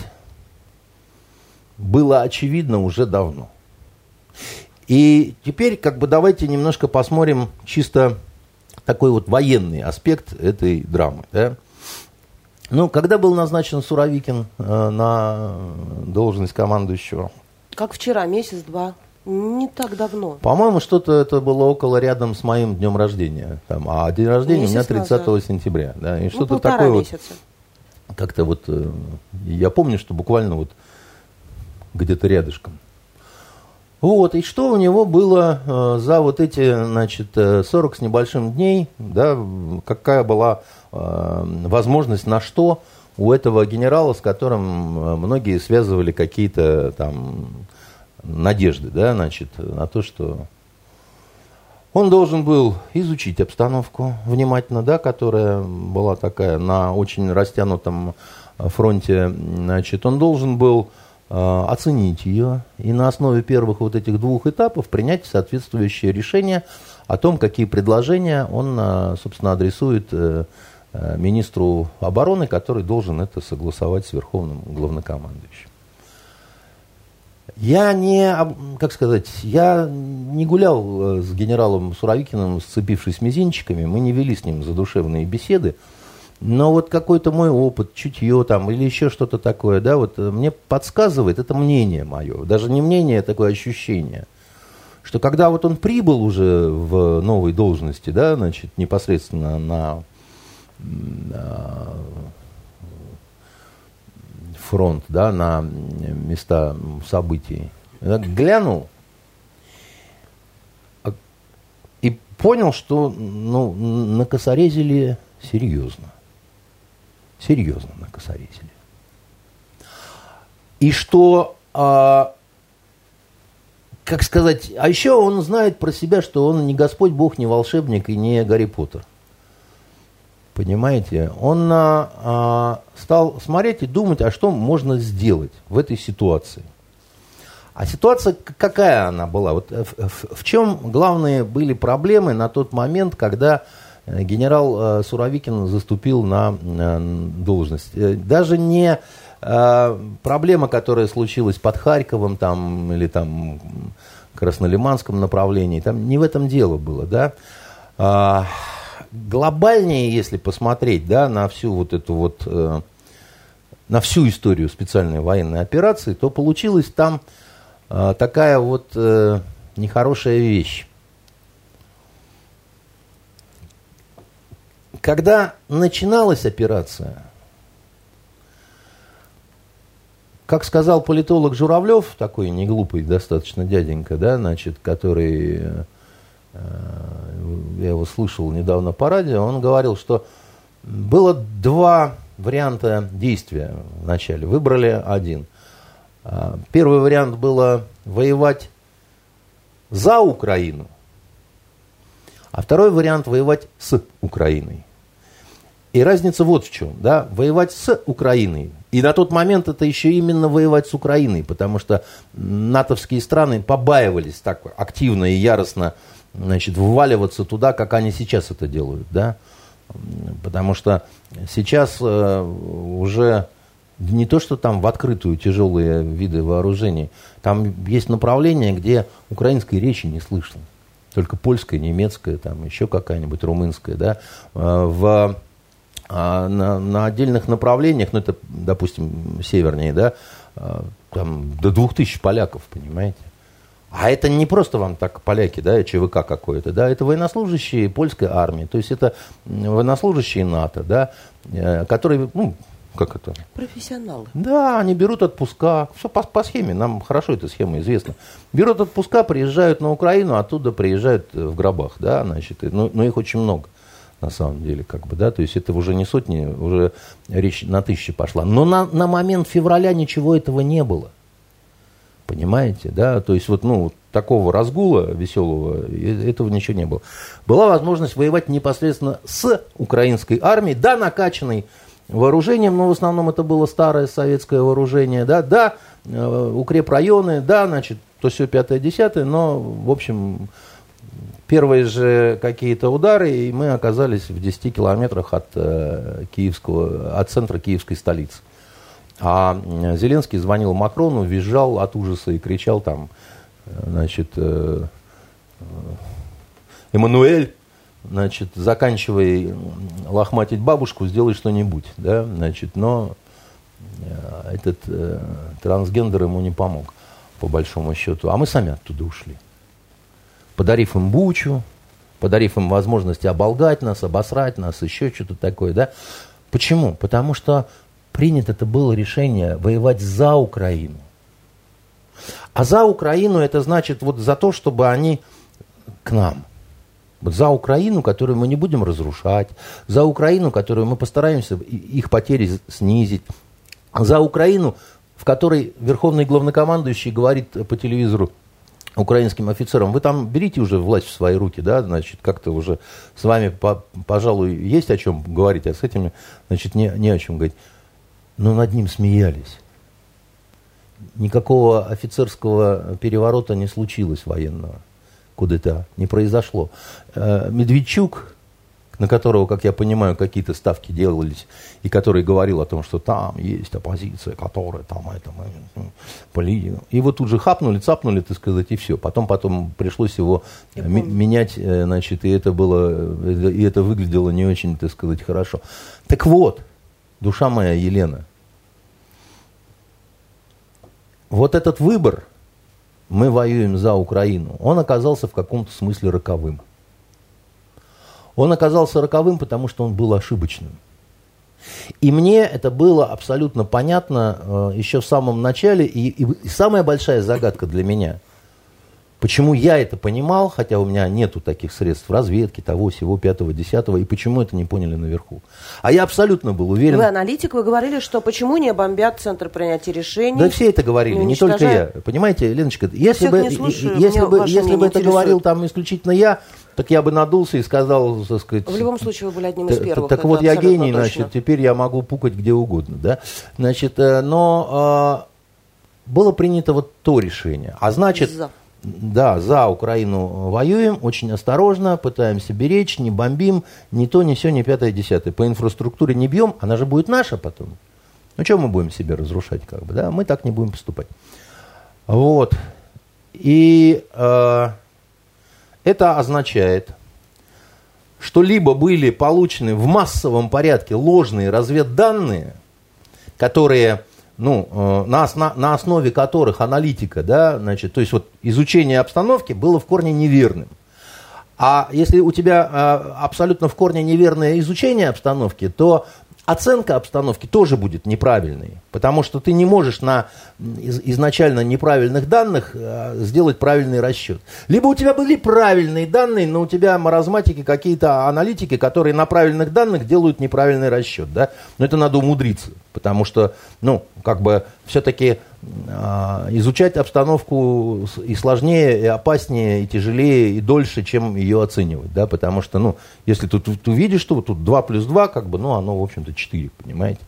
было очевидно уже давно. И теперь, как бы, давайте немножко посмотрим чисто такой вот военный аспект этой драмы. Да? Ну, когда был назначен Суровикин э, на должность командующего? Как вчера, месяц-два. Не так давно. По-моему, что-то это было около рядом с моим днем рождения. Там, а день рождения Месяц у меня тридцатого назад. Сентября. Да? И ну, что-то такое месяца. Вот. Как-то вот. Э, я помню, что буквально вот где-то рядышком. Вот, и что у него было э, за вот эти, значит, сорок с небольшим дней, да, какая была э, возможность на что у этого генерала, с которым многие связывали какие-то там надежды, да, значит, на то, что он должен был изучить обстановку внимательно, да, которая была такая на очень растянутом фронте, значит, он должен был э, оценить ее и на основе первых вот этих двух этапов принять соответствующее решение о том, какие предложения он, э, собственно, адресует э, э, министру обороны, который должен это согласовать с верховным главнокомандующим. Я не, как сказать, я не гулял с генералом Суровикиным, сцепившись мизинчиками, мы не вели с ним задушевные беседы, но вот какой-то мой опыт, чутье там или еще что-то такое, да, вот мне подсказывает, это мнение мое, даже не мнение, а такое ощущение, что когда вот он прибыл уже в новой должности, да, значит, непосредственно на, на фронт, да, на места событий, глянул и понял, что, ну, накосорезили серьезно. Серьезно накосорезили. И что, а, как сказать, а еще он знает про себя, что он не Господь Бог, не волшебник и не Гарри Поттер. Понимаете? Он а, а, стал смотреть и думать, а что можно сделать в этой ситуации. А ситуация какая она была? Вот в, в, в чем главные были проблемы на тот момент, когда генерал Суровикин заступил на должность? Даже не а, проблема, которая случилась под Харьковом там, или там Краснолиманском направлении, там не в этом дело было, да? А, глобальнее, если посмотреть, да, на всю вот эту вот, э, на всю историю специальной военной операции, то получилась там э, такая вот э, нехорошая вещь. Когда начиналась операция, как сказал политолог Журавлев, такой неглупый достаточно дяденька, да, значит, который... я его слышал недавно по радио, он говорил, что было два варианта действия вначале, выбрали один. Первый вариант было воевать за Украину, а второй вариант воевать с Украиной. И разница вот в чем, да, воевать с Украиной. И на тот момент это еще именно воевать с Украиной, потому что натовские страны побаивались так активно и яростно, значит, вваливаться туда, как они сейчас это делают, да, потому что сейчас э, уже не то, что там в открытую тяжелые виды вооружений, там есть направления, где украинской речи не слышно, только польская, немецкая, там еще какая-нибудь румынская, да, в, на, на отдельных направлениях, ну это, допустим, севернее, да, там до двух тысяч поляков, понимаете. А это не просто вам так поляки, да, ЧВК какое-то, да, это военнослужащие польской армии, то есть это военнослужащие НАТО, да, которые, ну, как это? Профессионалы. Да, они берут отпуска, все по, по схеме, нам хорошо эта схема известна. Берут отпуска, приезжают на Украину, оттуда приезжают в гробах, да, значит, но, но их очень много, на самом деле, как бы, да, то есть это уже не сотни, уже речь на тысячи пошла. Но на, на момент февраля ничего этого не было. Понимаете, да, то есть вот, ну, такого разгула веселого, этого ничего не было. Была возможность воевать непосредственно с украинской армией, да, накачанной вооружением, но в основном это было старое советское вооружение, да, да, укрепрайоны, да, значит, то все пятое-десятое, но, в общем, первые же какие-то удары, и мы оказались в десяти километрах от, э, киевского, от центра киевской столицы. А Зеленский звонил Макрону, визжал от ужаса и кричал там, значит, э, Эммануэль, значит, заканчивай лохматить бабушку, сделай что-нибудь, да, значит, но этот э, трансгендер ему не помог, по большому счету, а мы сами оттуда ушли, подарив им Бучу, подарив им возможность оболгать нас, обосрать нас, еще что-то такое, да. Почему? Потому что принято это было решение воевать за Украину. А за Украину это значит вот за то, чтобы они к нам. За Украину, которую мы не будем разрушать, за Украину, которую мы постараемся их потери снизить, за Украину, в которой верховный главнокомандующий говорит по телевизору украинским офицерам: вы там берите уже власть в свои руки, да, значит, как-то уже с вами, по, пожалуй, есть о чем говорить, а с этими, значит, не, не о чем говорить. Но над ним смеялись. Никакого офицерского переворота не случилось военного. Куда-то не произошло. Медведчук, на которого, как я понимаю, какие-то ставки делались, и который говорил о том, что там есть оппозиция, которая там это, политика. Его тут же хапнули, цапнули, так сказать, и все. Потом, потом пришлось его м- менять, значит, и это было, и это выглядело не очень, так сказать, хорошо. Так вот, душа моя Елена, вот этот выбор, мы воюем за Украину, он оказался в каком-то смысле роковым. Он оказался роковым, потому что он был ошибочным. И мне это было абсолютно понятно э, еще в самом начале. И, и, и самая большая загадка для меня, почему я это понимал, хотя у меня нету таких средств разведки, того, сего, пятого, десятого, и почему это не поняли наверху. А я абсолютно был уверен... Вы аналитик, вы говорили, что почему не бомбят центр принятия решений? Да все это говорили, не, не только я. Понимаете, Леночка, если бы, слушаю, если бы, если бы это говорил там исключительно я, так я бы надулся и сказал, так сказать... В любом случае вы были одним из первых. Так вот, я гений, точно. Значит, теперь я могу пукать где угодно, да? Значит, но э, было принято вот то решение. А значит... За. Да, за Украину воюем, очень осторожно, пытаемся беречь, не бомбим, ни то, ни сё, ни пятое, десятое. По инфраструктуре не бьем, она же будет наша потом. Ну, что мы будем себе разрушать, как бы, да? Мы так не будем поступать. Вот. И э, это означает, что либо были получены в массовом порядке ложные разведданные, которые... ну, на, осно, на основе которых аналитика, да, значит, то есть вот изучение обстановки было в корне неверным. А если у тебя абсолютно в корне неверное изучение обстановки, то оценка обстановки тоже будет неправильной, потому что ты не можешь на из, изначально неправильных данных сделать правильный расчет. Либо у тебя были правильные данные, но у тебя маразматики, какие-то аналитики, которые на правильных данных делают неправильный расчет, да? Но это надо умудриться, потому что, ну, как бы все-таки э, изучать обстановку и сложнее, и опаснее, и тяжелее, и дольше, чем ее оценивать, да? Потому что, ну, если ты, ты, ты видишь, что тут два плюс два, как бы, ну, оно, в общем-то, четыре, понимаете?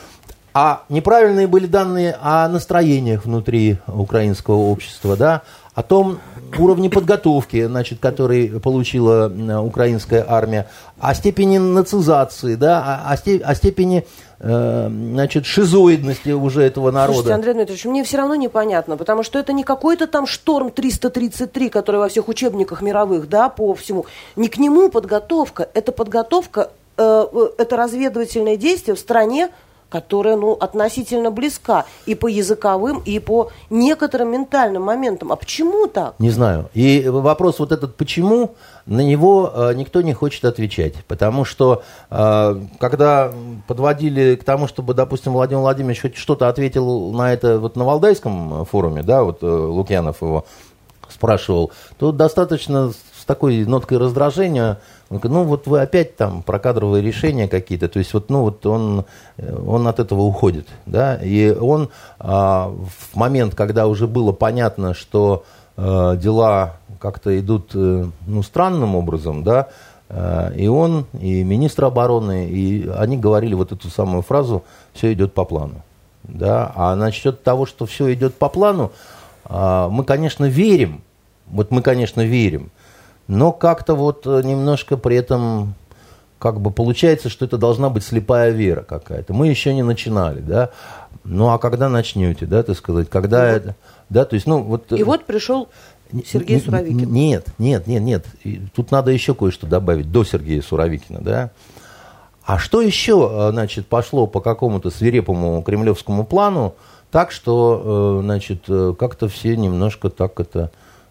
А неправильные были данные о настроениях внутри украинского общества, да, о том уровне подготовки, значит, который получила украинская армия, о степени нацизации, да, о, о степени, э, значит, шизоидности уже этого народа. Слушайте, Андрей Дмитриевич, мне все равно непонятно, потому что это не какой-то там шторм триста тридцать три, который во всех учебниках мировых, да, по всему. Не к нему подготовка, это подготовка, э, это разведывательное действие в стране, которая, ну, относительно близка и по языковым, и по некоторым ментальным моментам. А почему так? Не знаю. И вопрос вот этот «почему», на него э, никто не хочет отвечать. Потому что, э, когда подводили к тому, чтобы, допустим, Владимир Владимирович хоть что-то ответил на это вот на Валдайском форуме, да, вот э, Лукьянов его спрашивал, то достаточно с такой ноткой раздражения, он говорит, ну вот вы опять там про кадровые решения какие-то, то есть вот, ну вот он, он от этого уходит, да, и он а, в момент, когда уже было понятно, что а, дела как-то идут, ну, странным образом, да, а, и он, и министр обороны, и они говорили вот эту самую фразу «все идет по плану», да, а насчет того, что все идет по плану, а, мы, конечно, верим, вот мы, конечно, верим, но как-то вот немножко при этом как бы получается, что это должна быть слепая вера какая-то. Мы еще не начинали, да. Ну, а когда начнете, да, так сказать, когда это, да, то есть, ну, вот... И вот пришел Сергей Суровикин. Нет, нет, нет, нет. Тут надо еще кое-что добавить до Сергея Суровикина, да. А что еще, значит, пошло по какому-то свирепому кремлевскому плану, так что, значит, как-то все немножко так это...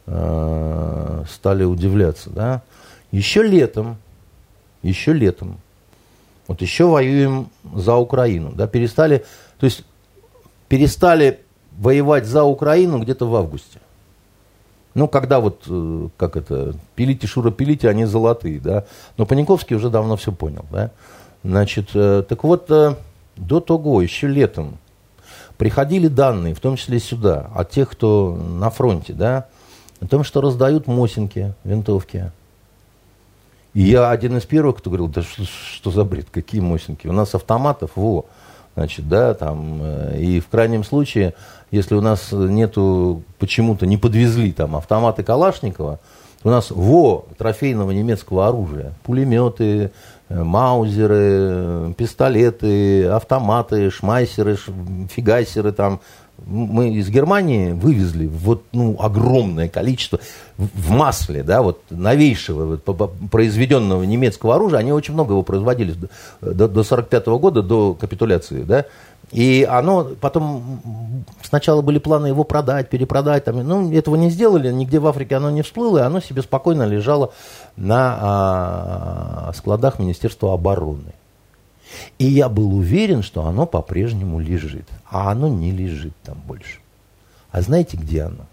стали удивляться, да. Еще летом, еще летом, вот еще воюем за Украину, да, перестали, то есть перестали воевать за Украину где-то в августе. Ну, когда вот, как это, пилите, Шура, пилите, они золотые, да. Но Паниковский уже давно все понял, да. Значит, так вот, до того, еще летом, приходили данные, в том числе сюда, от тех, кто на фронте, да, о том, что раздают мосинки, винтовки. И я один из первых, кто говорил, да что, что за бред, какие мосинки? У нас автоматов, во, значит, да, там, и в крайнем случае, если у нас нету, почему-то не подвезли там автоматы Калашникова, у нас во трофейного немецкого оружия, пулеметы, маузеры, пистолеты, автоматы, шмайсеры, фигасеры там. Мы из Германии вывезли вот, ну, огромное количество в масле, да, вот новейшего вот, произведенного немецкого оружия. Они очень много его производили до, до сорок пятого года, до капитуляции, да. И оно потом, сначала были планы его продать, перепродать, там, ну, этого не сделали, нигде в Африке оно не всплыло, и оно себе спокойно лежало на а, складах Министерства обороны. И я был уверен, что оно по-прежнему лежит. А оно не лежит там больше. А знаете, где оно?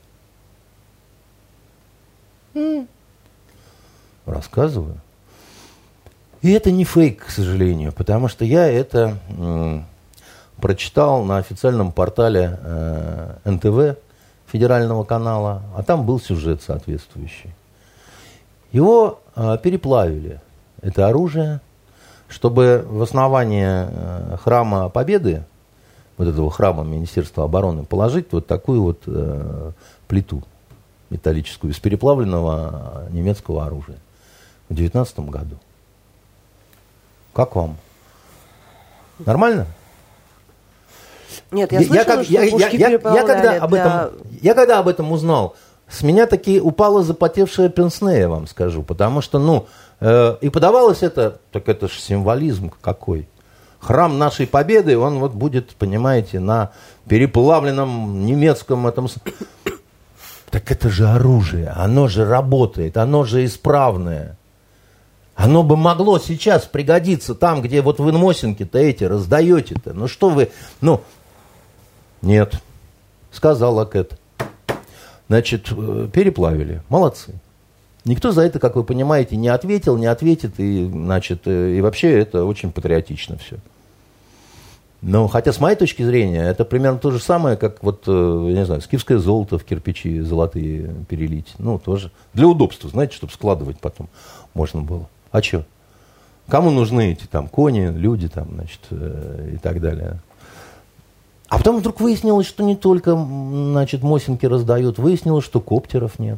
М-м. Рассказываю. И это не фейк, к сожалению, потому что я это м- прочитал на официальном портале э- эн тэ вэ федерального канала, а там был сюжет соответствующий. Его э- переплавили, это оружие, чтобы в основание храма Победы, вот этого храма Министерства обороны, положить вот такую вот э, плиту металлическую из переплавленного немецкого оружия в девятнадцатом году. Как вам? Нормально? Нет, я слышала, я, как, что я, пушки я, я, я, когда об для... этом, я когда об этом узнал, с меня таки упала запотевшая пенсне, я вам скажу, потому что, ну, э, и подавалось это, так это же символизм какой. Храм нашей Победы, он вот будет, понимаете, на переплавленном немецком этом... Так это же оружие, оно же работает, оно же исправное. Оно бы могло сейчас пригодиться там, где вот вы мосинки-то эти раздаете-то. Ну что вы, ну... Нет, сказала Кэт. Значит, переплавили. Молодцы. Никто за это, как вы понимаете, не ответил, не ответит. И, значит, и вообще это очень патриотично все. Но хотя, с моей точки зрения, это примерно то же самое, как вот, я не знаю, скифское золото в кирпичи золотые перелить. Ну, тоже. Для удобства, знаете, чтобы складывать потом можно было. А что? Кому нужны эти там кони, люди там, значит, и так далее. А потом вдруг выяснилось, что не только, значит, мосинки раздают, выяснилось, что коптеров нет.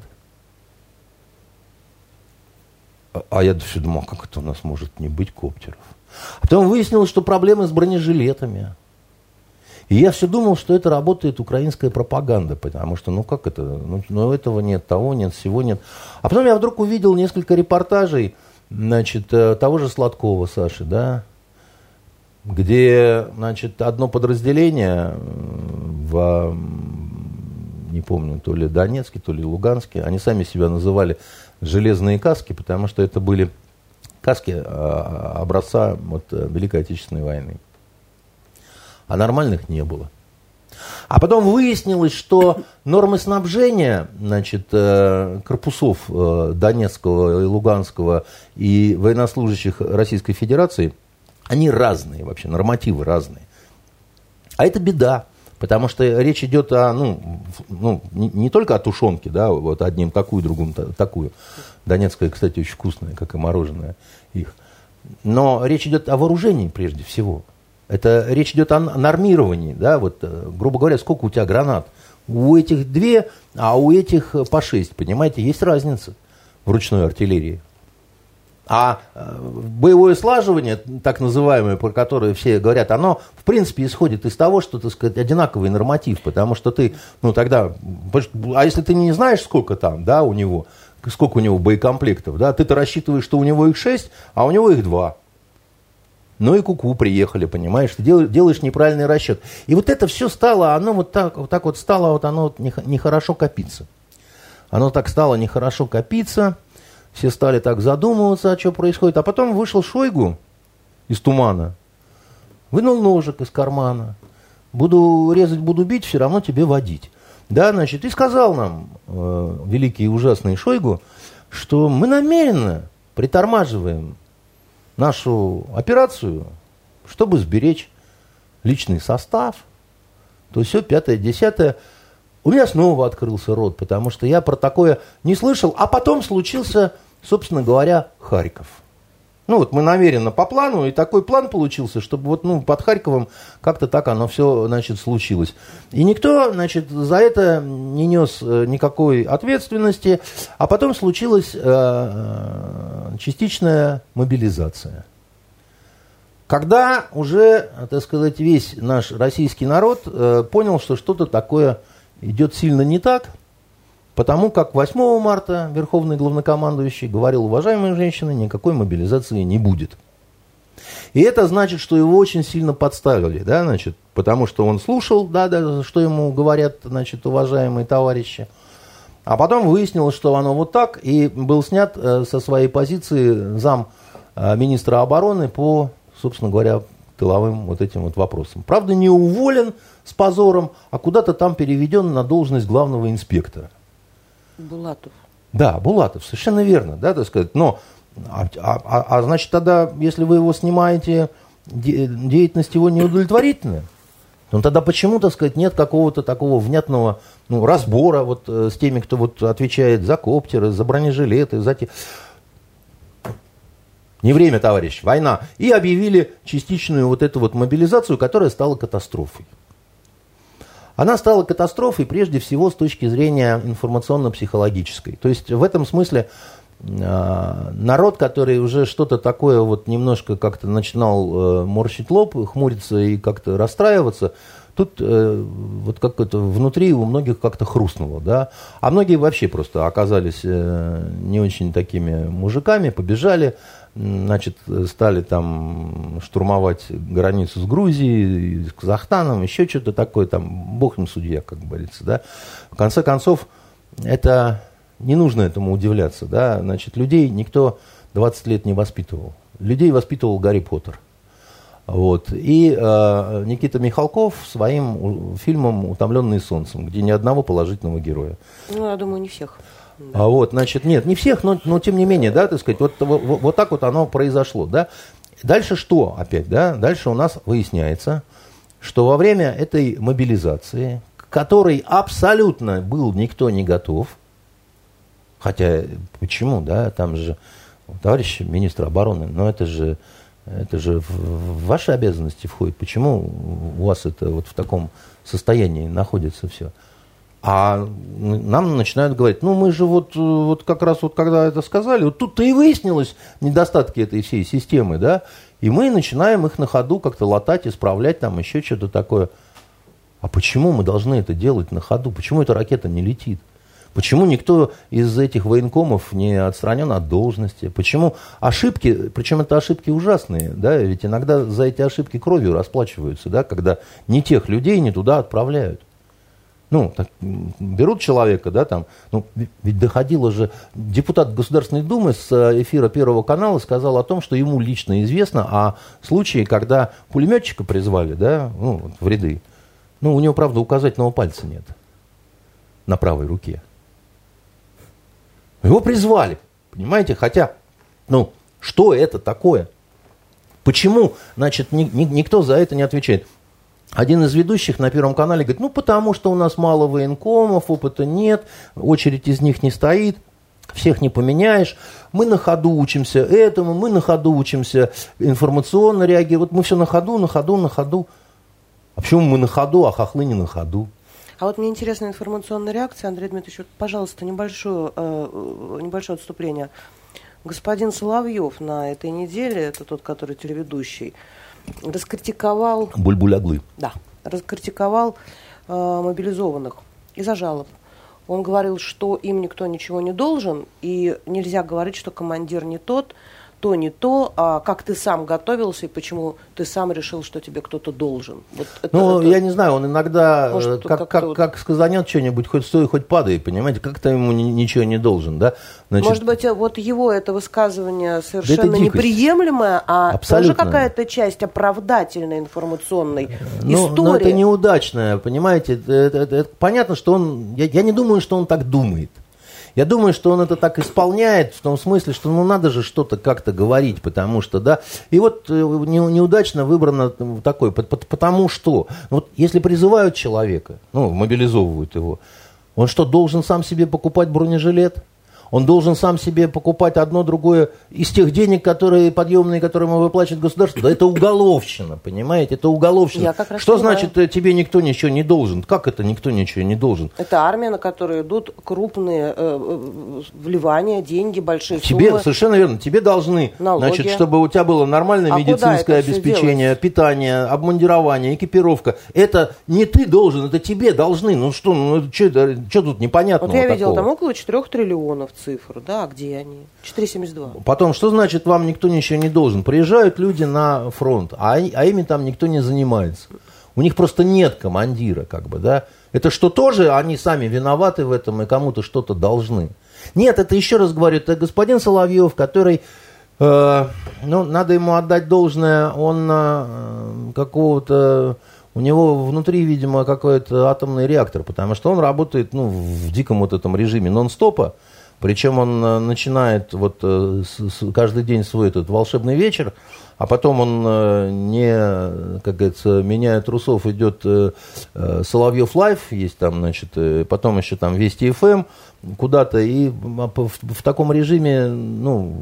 А я все думал, как это у нас может не быть коптеров? А потом выяснилось, что проблемы с бронежилетами. И я все думал, что это работает украинская пропаганда, потому что, ну как это, ну, ну этого нет, того нет, всего нет. А потом я вдруг увидел несколько репортажей, значит, того же Сладкова Саши, да, где, значит, одно подразделение в, не помню, то ли Донецке, то ли Луганске, они сами себя называли железные каски, потому что это были каски образца вот, Великой Отечественной войны. А нормальных не было. А потом выяснилось, что нормы снабжения, значит, корпусов Донецкого и Луганского и военнослужащих Российской Федерации, они разные вообще, нормативы разные. А это беда, потому что речь идет о, ну, ну не, не только о тушенке, да, вот одним такую, другим такую. Донецкая, кстати, очень вкусная, как и мороженое их. Но речь идет о вооружении прежде всего. Это речь идет о нормировании, да, вот, грубо говоря, сколько у тебя гранат. У этих две, а у этих по шесть, понимаете, есть разница в ручной артиллерии. А боевое слаживание, так называемое, про которое все говорят, оно, в принципе, исходит из того, что, так сказать, одинаковый норматив, потому что ты, ну, тогда, а если ты не знаешь, сколько там, да, у него, сколько у него боекомплектов, да, ты-то рассчитываешь, что у него их шесть, а у него их два. Ну и куку приехали, понимаешь, ты делаешь, делаешь неправильный расчет. И вот это все стало, оно вот так вот, так вот стало, вот оно вот нехорошо копиться. Оно так стало нехорошо копиться. Все стали так задумываться, а что происходит. А потом вышел Шойгу из тумана, вынул ножик из кармана. Буду резать, буду бить, все равно тебе водить. Да, значит, и сказал нам э, великий и ужасный Шойгу, что мы намеренно притормаживаем нашу операцию, чтобы сберечь личный состав, то все, пятое, десятое. У меня снова открылся рот, потому что я про такое не слышал, а потом случился, собственно говоря, Харьков. Ну вот мы намеренно по плану, и такой план получился, чтобы вот ну, под Харьковом как-то так оно все, значит, случилось. И никто, значит, за это не нес никакой ответственности, а потом случилась э, частичная мобилизация. Когда уже, так сказать, весь наш российский народ э, понял, что что-то такое идет сильно не так, потому как восьмого марта верховный главнокомандующий говорил: уважаемые женщины, никакой мобилизации не будет. И это значит, что его очень сильно подставили, да, значит, потому что он слушал, да, да, что ему говорят, значит, уважаемые товарищи. А потом выяснилось, что оно вот так, и был снят э, со своей позиции зам э, министра обороны по, собственно говоря, тыловым вот этим вот вопросам. Правда, не уволен с позором, а куда-то там переведен на должность главного инспектора. Булатов. Да, Булатов, совершенно верно, да, так сказать. Но, а, а, а значит, тогда, если вы его снимаете, де, деятельность его неудовлетворительная, то тогда почему, так сказать, нет какого-то такого внятного ну, разбора вот, э, с теми, кто вот, отвечает за коптеры, за бронежилеты, за те... Не время, товарищ, война. И объявили частичную вот эту вот мобилизацию, которая стала катастрофой. Она стала катастрофой прежде всего с точки зрения информационно-психологической. То есть в этом смысле э, народ, который уже что-то такое вот немножко как-то начинал э, морщить лоб, хмуриться и как-то расстраиваться, тут э, вот как-то внутри у многих как-то хрустнуло, да. А многие вообще просто оказались э, не очень такими мужиками, побежали, значит, стали там штурмовать границу с Грузией, с Казахстаном, еще что-то такое, там, бог им судья, как говорится, да. В конце концов, это, не нужно этому удивляться, да, значит, людей никто двадцать лет не воспитывал. Людей воспитывал Гарри Поттер. Вот. И э, Никита Михалков своим фильмом «Утомленные солнцем», где ни одного положительного героя. Ну, я думаю, не всех. А вот, значит, нет, не всех, но, но тем не менее, да, так сказать, вот, вот, вот так вот оно произошло, да. Дальше что опять, да? Дальше у нас выясняется, что во время этой мобилизации, к которой абсолютно был никто не готов, хотя, почему, да, там же, товарищ министр обороны, но это же, это же в ваши обязанности входит, почему у вас это вот в таком состоянии находится все? А нам начинают говорить, ну мы же вот, вот как раз вот когда это сказали, вот тут-то и выяснилось недостатки этой всей системы, да, и мы начинаем их на ходу как-то латать, исправлять, там еще что-то такое. А почему мы должны это делать на ходу? Почему эта ракета не летит? Почему никто из этих военкомов не отстранен от должности? Почему ошибки, причем это ошибки ужасные, да, ведь иногда за эти ошибки кровью расплачиваются, да, когда не тех людей не туда отправляют. Ну, так, берут человека, да, там, ну, ведь доходило же, депутат Государственной Думы с эфира Первого канала сказал о том, что ему лично известно о случае, когда пулеметчика призвали, да, ну, в ряды. Ну, у него, правда, указательного пальца нет на правой руке. Его призвали, понимаете, хотя, ну, что это такое? Почему, значит, ни, ни, никто за это не отвечает? Один из ведущих на Первом канале говорит, ну, потому что у нас мало военкомов, опыта нет, очередь из них не стоит, всех не поменяешь, мы на ходу учимся этому, мы на ходу учимся информационно реагировать, вот мы все на ходу, на ходу, на ходу. А почему мы на ходу, а хохлы не на ходу? А вот мне интересна информационная реакция, Андрей Дмитриевич, вот, пожалуйста, небольшое, э, небольшое отступление. Господин Соловьев на этой неделе, это тот, который телеведущий, раскритиковал... Буль-буль-оглы. Да, раскритиковал э, мобилизованных из-за жалоб. Он говорил, что им никто ничего не должен, и нельзя говорить, что командир не тот, то не то, а как ты сам готовился и почему ты сам решил, что тебе кто-то должен. Вот это, ну, это... я не знаю, он иногда, Может, как, как, вот... как сказанет что-нибудь, хоть стой, хоть падай, понимаете, как-то ему ни, ничего не должен, да? Значит, может быть, вот его это высказывание совершенно да неприемлемое, а абсолютно. Тоже какая-то часть оправдательной информационной ну, истории. Но это неудачная, понимаете, это, это, это, это, понятно, что он, я, я не думаю, что он так думает. Я думаю, что он это так исполняет, в том смысле, что ну надо же что-то как-то говорить, потому что, да, и вот э, не, неудачно выбрано такое, потому что, вот если призывают человека, ну, мобилизовывают его, он что, должен сам себе покупать бронежилет? Он должен сам себе покупать одно, другое из тех денег, которые подъемные, которые ему выплачивает государство. Да это уголовщина, понимаете? Это уголовщина. Что понимаю. Значит, тебе никто ничего не должен? Как это никто ничего не должен? Это армия, на которую идут крупные э, вливания, деньги, большие тебе, суммы. Совершенно верно. Тебе должны, налоги. Значит, чтобы у тебя было нормальное а медицинское обеспечение, питание, обмундирование, экипировка. Это не ты должен, это тебе должны. Ну что, ну что, что тут непонятного Вот я такого? видела, там около четырех триллионов цифр, да, где они? четыре семьдесят два. Потом, что значит, вам никто ничего не должен? Приезжают люди на фронт, а, а ими там никто не занимается. У них просто нет командира, как бы, да. Это что тоже они сами виноваты в этом и кому-то что-то должны. Нет, это еще раз говорю, это господин Соловьев, который, э, ну, надо ему отдать должное, он э, какого-то... У него внутри, видимо, какой-то атомный реактор, потому что он работает, ну, в диком вот этом режиме нон-стопа. Причем он начинает вот с, с, каждый день свой этот волшебный вечер, а потом он не, как говорится, меняя трусов, идет Соловьев Лайв, есть там, значит, потом еще там Вести эф эм куда-то, и в, в таком режиме, ну,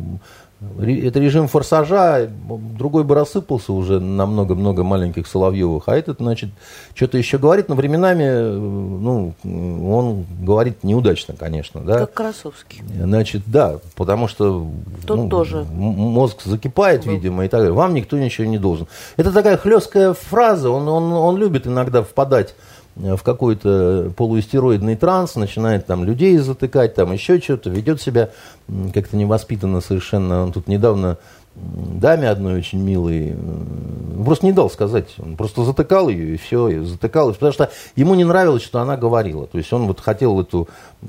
это режим форсажа, другой бы рассыпался уже на много-много маленьких Соловьевых, а этот, значит, что-то еще говорит, но временами, ну, он говорит неудачно, конечно, да. Как Красовский. Значит, да, потому что ну, тоже. мозг закипает, был. видимо, и так далее. Вам никто ничего не должен. Это такая хлесткая фраза, он, он, он любит иногда впадать в какой-то полуистероидный транс, начинает там людей затыкать, там еще что-то, ведет себя как-то невоспитанно совершенно. Он тут недавно даме одной очень милой просто не дал сказать, он просто затыкал ее и все, и затыкал, потому что ему не нравилось, что она говорила. То есть он вот хотел эту...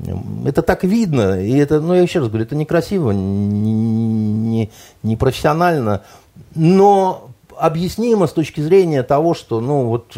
Это так видно, и это, ну я еще раз говорю, это некрасиво, не, не, не профессионально, но объяснимо с точки зрения того, что, ну вот...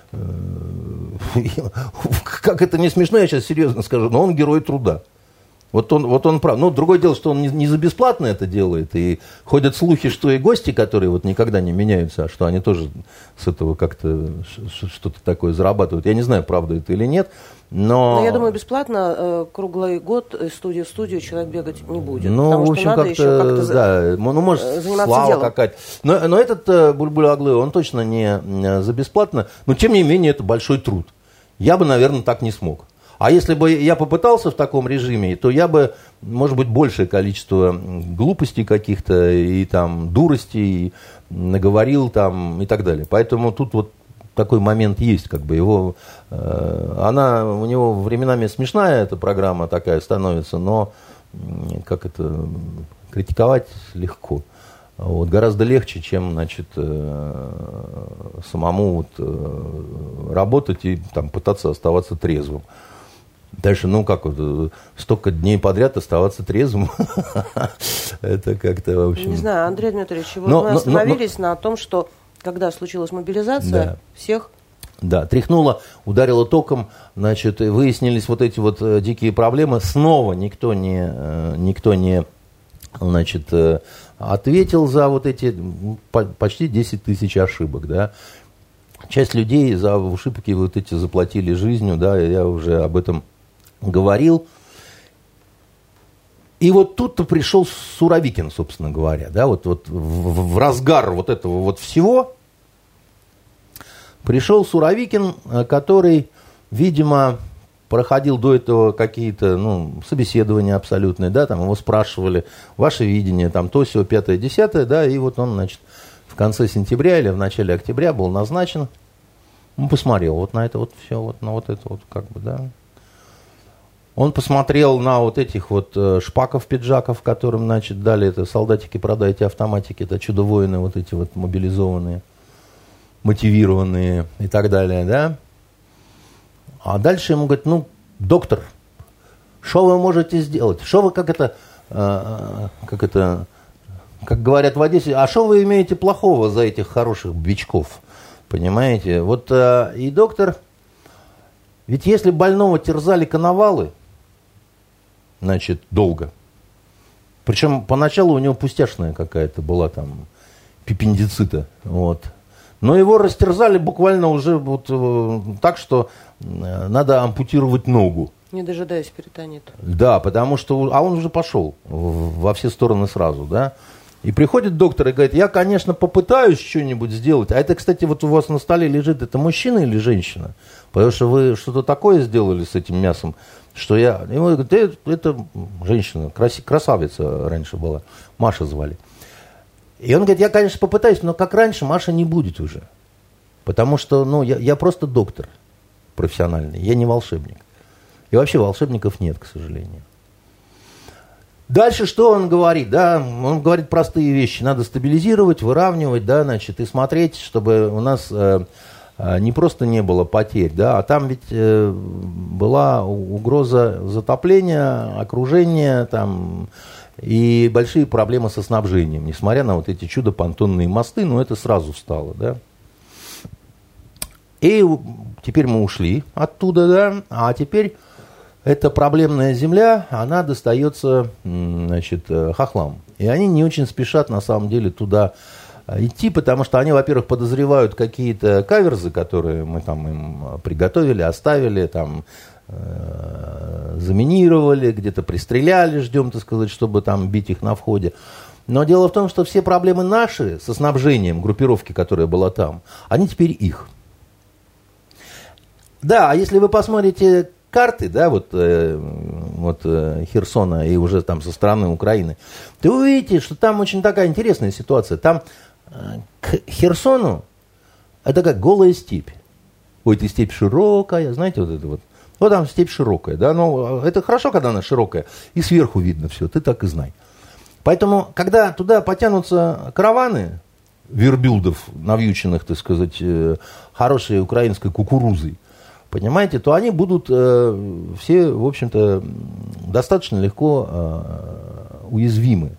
Как это не смешно, я сейчас серьезно скажу, но он герой труда. Вот он, вот он прав. Ну, другое дело, что он не, не за бесплатно это делает. И ходят слухи, что и гости, которые вот никогда не меняются, а что они тоже с этого как-то что-то такое зарабатывают. Я не знаю, правда это или нет. Но, но я думаю, бесплатно э, круглый год из студии в студию человек бегать не будет. Ну, потому в общем, что надо как-то, еще как-то да, ну, может, слава делом. какая-то. Но, но этот э, Бульбуль Аглы, он точно не э, за бесплатно, но, тем не менее, это большой труд. Я бы, наверное, так не смог. А если бы я попытался в таком режиме, то я бы, может быть, большее количество глупостей каких-то и там дуростей наговорил там и так далее. Поэтому тут вот такой момент есть, как бы его, э, она у него временами смешная эта программа такая становится, но как это критиковать легко. Вот, гораздо легче, чем, значит, э, самому вот, э, работать и там, пытаться оставаться трезвым. Дальше, ну как вот, столько дней подряд оставаться трезвым, это как-то, в общем... Не знаю, Андрей Дмитриевич, вот мы остановились на том, что когда случилась мобилизация, всех... Да, тряхнуло, ударило током, значит, выяснились вот эти вот дикие проблемы. Снова никто не, никто не, значит, ответил за вот эти почти десять тысяч ошибок, да. Часть людей за ошибки вот эти заплатили жизнью, да, я уже об этом говорил. И вот тут-то пришел Суровикин, собственно говоря, да, вот, вот в, в разгар вот этого вот всего пришел Суровикин, который, видимо, проходил до этого какие-то, ну, собеседования абсолютные, да, там его спрашивали, ваше видение, там, то, сё, пятое, десятое, да, и вот он, значит, в конце сентября или в начале октября был назначен, он посмотрел вот на это вот все, вот на вот это вот, как бы, да. Он посмотрел на вот этих вот шпаков-пиджаков, которым, значит, дали это солдатики, продайте автоматики, это чудо-воины вот эти вот мобилизованные, мотивированные и так далее, да. А дальше ему говорят, ну, доктор, что вы можете сделать? Что вы, как это, как это, как говорят в Одессе, а что вы имеете плохого за этих хороших бичков? Понимаете? Вот и доктор, ведь если больного терзали коновалы, значит, долго. Причем поначалу у него пустяшная какая-то была там пепендицита. Вот. Но его растерзали буквально уже вот, э, так, что надо ампутировать ногу. Не дожидаясь перитонита. Да, потому что... А он уже пошел в, во все стороны сразу, да. И приходит доктор и говорит, я, конечно, попытаюсь что-нибудь сделать. А это, кстати, вот у вас на столе лежит, это мужчина или женщина? Потому что вы что-то такое сделали с этим мясом, что я... И он говорит, это, это женщина, краси, красавица раньше была, Маша звали. И он говорит, я, конечно, попытаюсь, но как раньше Маша не будет уже. Потому что, ну, я, я просто доктор профессиональный, я не волшебник. И вообще волшебников нет, к сожалению. Дальше что он говорит? Да, он говорит простые вещи. Надо стабилизировать, выравнивать, да, значит, и смотреть, чтобы у нас э, э, не просто не было потерь, да, а там ведь э, была угроза затопления, окружения, там, и большие проблемы со снабжением. Несмотря на вот эти чудо-понтонные мосты, ну, это сразу встало, да. И теперь мы ушли оттуда, да, а теперь... Эта проблемная земля, она достается, значит, хохлам. И они не очень спешат, на самом деле, туда идти, потому что они, во-первых, подозревают какие-то каверзы, которые мы там им приготовили, оставили, там, э, заминировали, где-то пристреляли, ждем, так сказать, чтобы там бить их на входе. Но дело в том, что все проблемы наши со снабжением группировки, которая была там, они теперь их. Да, а если вы посмотрите... карты, да, вот, э, вот э, Херсона и уже там со стороны Украины, то вы увидите, что там очень такая интересная ситуация. Там э, к Херсону это как голая степь. Ой, эта степь широкая, знаете, вот это вот. Вот там степь широкая, да, но это хорошо, когда она широкая, и сверху видно все, ты так и знай. Поэтому, когда туда потянутся караваны верблюдов, навьюченных, так сказать, э, хорошей украинской кукурузой, понимаете, то они будут э, все, в общем-то, достаточно легко э, уязвимы.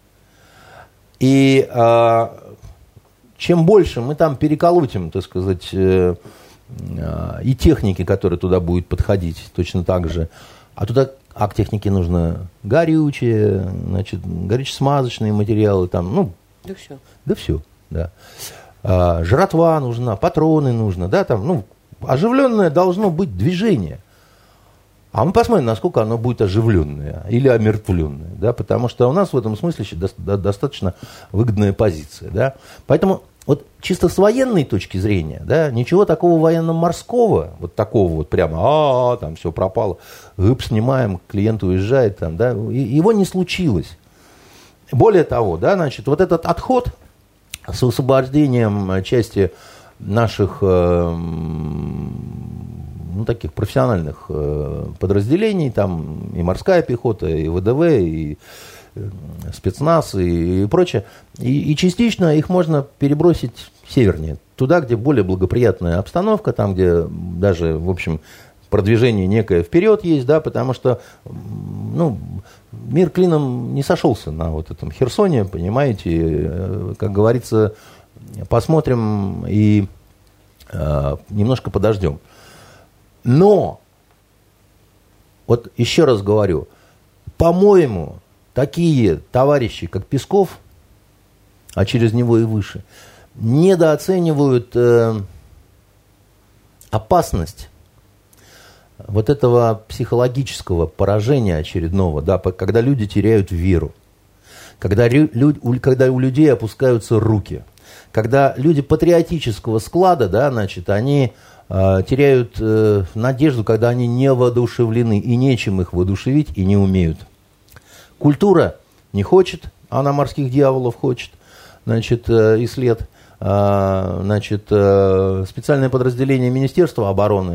И э, чем больше мы там переколотим, так сказать, э, э, и техники, которые туда будут подходить, точно так же, а туда а к технике нужно горючее, значит, горюче-смазочные материалы, там, ну, да все. Да все, да. А, жратва нужна, патроны нужно, да, там, ну, оживленное должно быть движение. А мы посмотрим, насколько оно будет оживленное или омертвленное, да, потому что у нас в этом смысле достаточно выгодная позиция, да. Поэтому вот чисто с военной точки зрения, да, ничего такого военно-морского, вот такого вот прямо, а, там все пропало, гыб снимаем, клиент уезжает, там, да, его не случилось. Более того, да, значит, вот этот отход с освобождением части наших э, ну, таких профессиональных э, подразделений, там и морская пехота, и ВДВ, и э, спецназ, и, и прочее. И, и частично их можно перебросить севернее, туда, где более благоприятная обстановка, там, где даже, в общем, продвижение некое вперед есть, да, потому что, ну, мир клином не сошелся на вот этом Херсоне, понимаете, как говорится, посмотрим и э, немножко подождем. Но, вот еще раз говорю, по-моему, такие товарищи, как Песков, а через него и выше, недооценивают э, опасность вот этого психологического поражения очередного, да, когда люди теряют веру, когда, лю, когда у людей опускаются руки, когда люди патриотического склада, да, значит, они э, теряют э, надежду, когда они не воодушевлены, и нечем их воодушевить, и не умеют. Культура не хочет, она морских дьяволов хочет, значит, э, и след. Э, значит, э, специальное подразделение Министерства обороны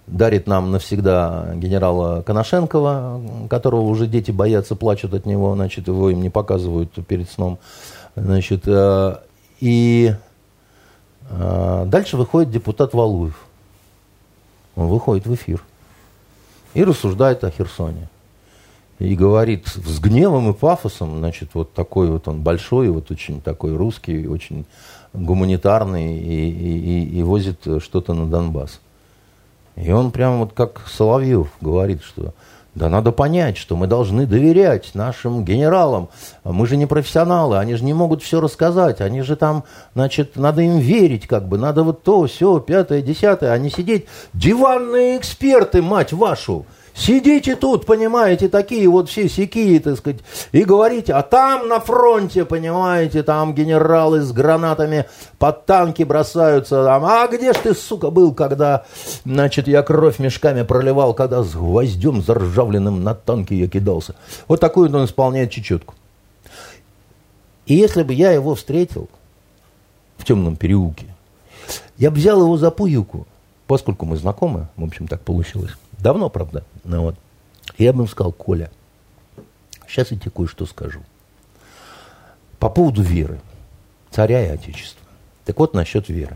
дарит нам навсегда генерала Коношенкова, которого уже дети боятся, плачут от него, значит, его им не показывают перед сном. Значит, и дальше выходит депутат Валуев. Он выходит в эфир и рассуждает о Херсоне. И говорит с гневом и пафосом, значит, вот такой вот он большой, вот очень такой русский, очень гуманитарный, и, и, и возит что-то на Донбасс. И он прям вот как Соловьев говорит, что да надо понять, что мы должны доверять нашим генералам. Мы же не профессионалы, они же не могут все рассказать. Они же там, значит, надо им верить, как бы, надо вот то, все, пятое, десятое, а не сидеть. Диванные эксперты, мать вашу! Сидите тут, понимаете, такие вот все сякие, так сказать, и говорите, а там на фронте, понимаете, там генералы с гранатами под танки бросаются, там, а где ж ты, сука, был, когда, значит, я кровь мешками проливал, когда с гвоздем заржавленным на танке я кидался. Вот такую он исполняет чечетку. И если бы я его встретил в темном переулке, я бы взял его за пуюку, поскольку мы знакомы, в общем, так получилось. Давно, правда. Ну, вот. Я бы ему сказал, Коля, сейчас я тебе кое-что скажу. По поводу веры, царя и отечества. Так вот, насчет веры.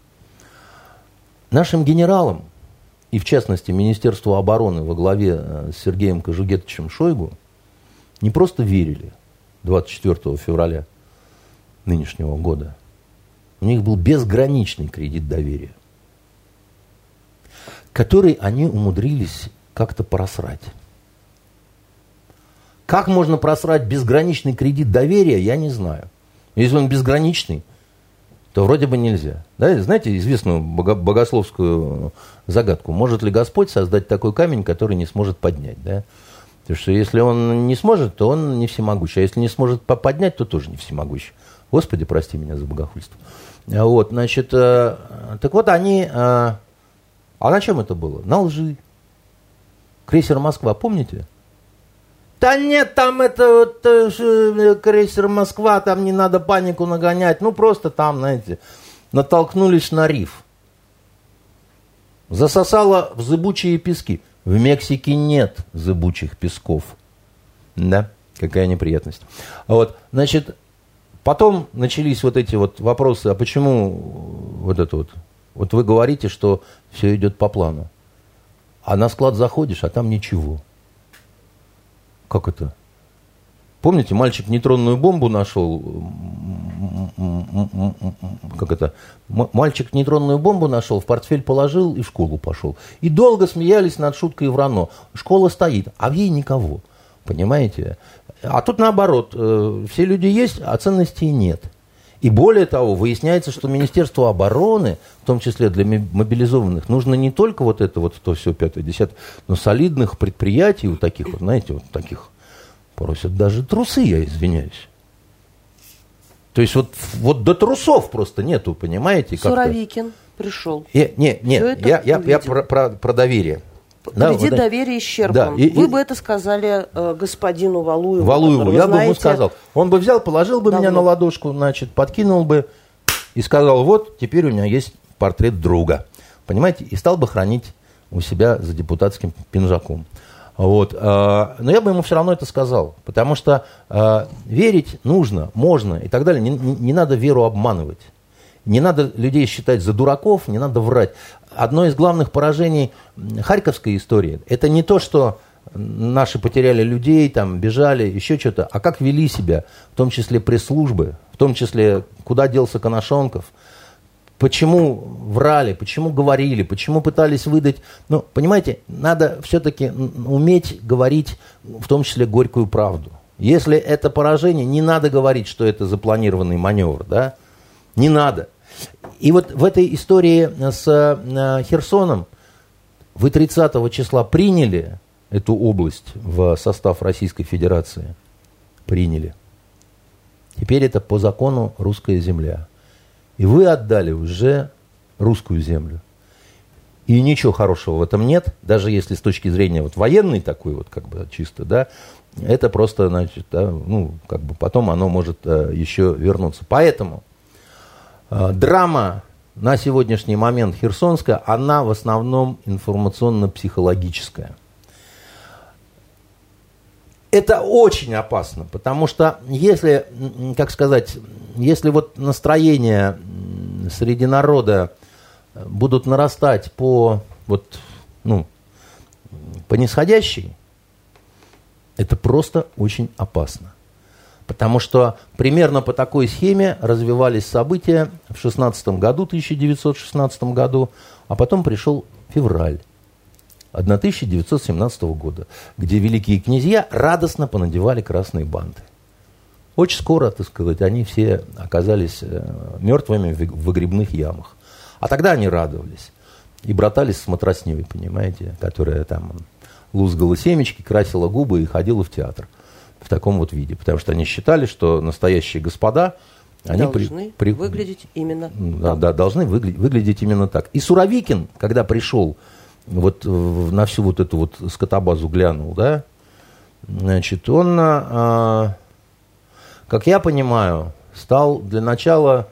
Нашим генералам, и в частности Министерству обороны во главе с Сергеем Кожугетовичем Шойгу, не просто верили двадцать четвёртого февраля нынешнего года. У них был безграничный кредит доверия, который они умудрились как-то просрать. Как можно просрать безграничный кредит доверия, я не знаю. Если он безграничный, то вроде бы нельзя. Да? Знаете известную богословскую загадку? Может ли Господь создать такой камень, который не сможет поднять? Да? Потому что если он не сможет, то он не всемогущий. А если не сможет поднять, то тоже не всемогущий. Господи, прости меня за богохульство. Вот, значит, э, так вот они... Э, А на чем это было? На лжи. Крейсер «Москва», помните? Да нет, там это вот, э, крейсер «Москва», там не надо панику нагонять. Ну, просто там, знаете, натолкнулись на риф. Засосало в зыбучие пески. В Мексике нет зыбучих песков. Да, какая неприятность. Вот, значит, потом начались вот эти вот вопросы, а почему вот это вот... Вот вы говорите, что все идет по плану. А на склад заходишь, а там ничего. Как это? Помните, мальчик нейтронную бомбу нашел? Как это? Мальчик нейтронную бомбу нашел, в портфель положил и в школу пошел. И долго смеялись над шуткой Врано. Школа стоит, а в ней никого. Понимаете? А тут наоборот. Все люди есть, а ценностей нет. И более того, выясняется, что Министерству обороны, в том числе для мобилизованных, нужно не только вот это вот то все пятое, десятое, но солидных предприятий, вот таких вот, знаете, вот таких просят даже трусы, я извиняюсь. То есть вот, вот до трусов просто нету, понимаете? Суровикин пришел. Не, не, не я, я, я про, про, про доверие. Кредит да, доверия исчерпан. Да, и, Вы и, бы это сказали э, господину Валуеву. Валуеву, я бы ему сказал. Он бы взял, положил бы давно. меня на ладошку, значит, подкинул бы и сказал, вот, теперь у меня есть портрет друга. Понимаете? И стал бы хранить у себя за депутатским пинжаком. Вот. Э, но я бы ему все равно это сказал. Потому что э, верить нужно, можно и так далее. Не, не, не надо веру обманывать. Не надо людей считать за дураков, не надо врать. Одно из главных поражений Харьковской истории – это не то, что наши потеряли людей, там, бежали, еще что-то, а как вели себя, в том числе пресс-службы, в том числе, куда делся Коношенков, почему врали, почему говорили, почему пытались выдать. Ну, понимаете, надо все-таки уметь говорить, в том числе, горькую правду. Если это поражение, не надо говорить, что это запланированный маневр, да? Не надо. И вот в этой истории с э, Херсоном вы тридцатого числа приняли эту область в состав Российской Федерации. Приняли. Теперь это по закону русская земля. И вы отдали уже русскую землю. И ничего хорошего в этом нет, даже если с точки зрения вот военной такой вот как бы чисто, да, это просто, значит, да, ну, как бы потом оно может э, еще вернуться. Поэтому драма на сегодняшний момент херсонская, она в основном информационно-психологическая. Это очень опасно, потому что если, как сказать, если вот настроения среди народа будут нарастать по, вот, ну, по нисходящей, это просто очень опасно. Потому что примерно по такой схеме развивались события в шестнадцатом году, тысяча девятьсот шестнадцатом году, а потом пришел февраль тысяча девятьсот семнадцатого года, где великие князья радостно понадевали красные банты. Очень скоро, так сказать, они все оказались мертвыми в выгребных ямах. А тогда они радовались и братались с матросней, понимаете, которая там лузгала семечки, красила губы и ходила в театр в таком вот виде. Потому что они считали, что настоящие господа, они должны при, при, выглядеть именно да, так. Да, должны выгля- выглядеть именно так. И Суровикин, когда пришел вот на всю вот эту вот скотобазу глянул, да, значит, он, а, как я понимаю, стал для начала,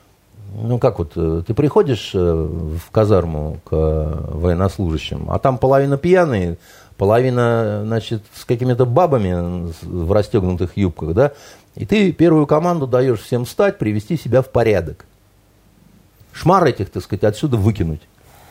ну как вот, ты приходишь в казарму к военнослужащим, а там половина пьяные, половина, значит, с какими-то бабами в расстегнутых юбках, да, и ты первую команду даешь всем встать, привести себя в порядок. Шмар этих, так сказать, отсюда выкинуть.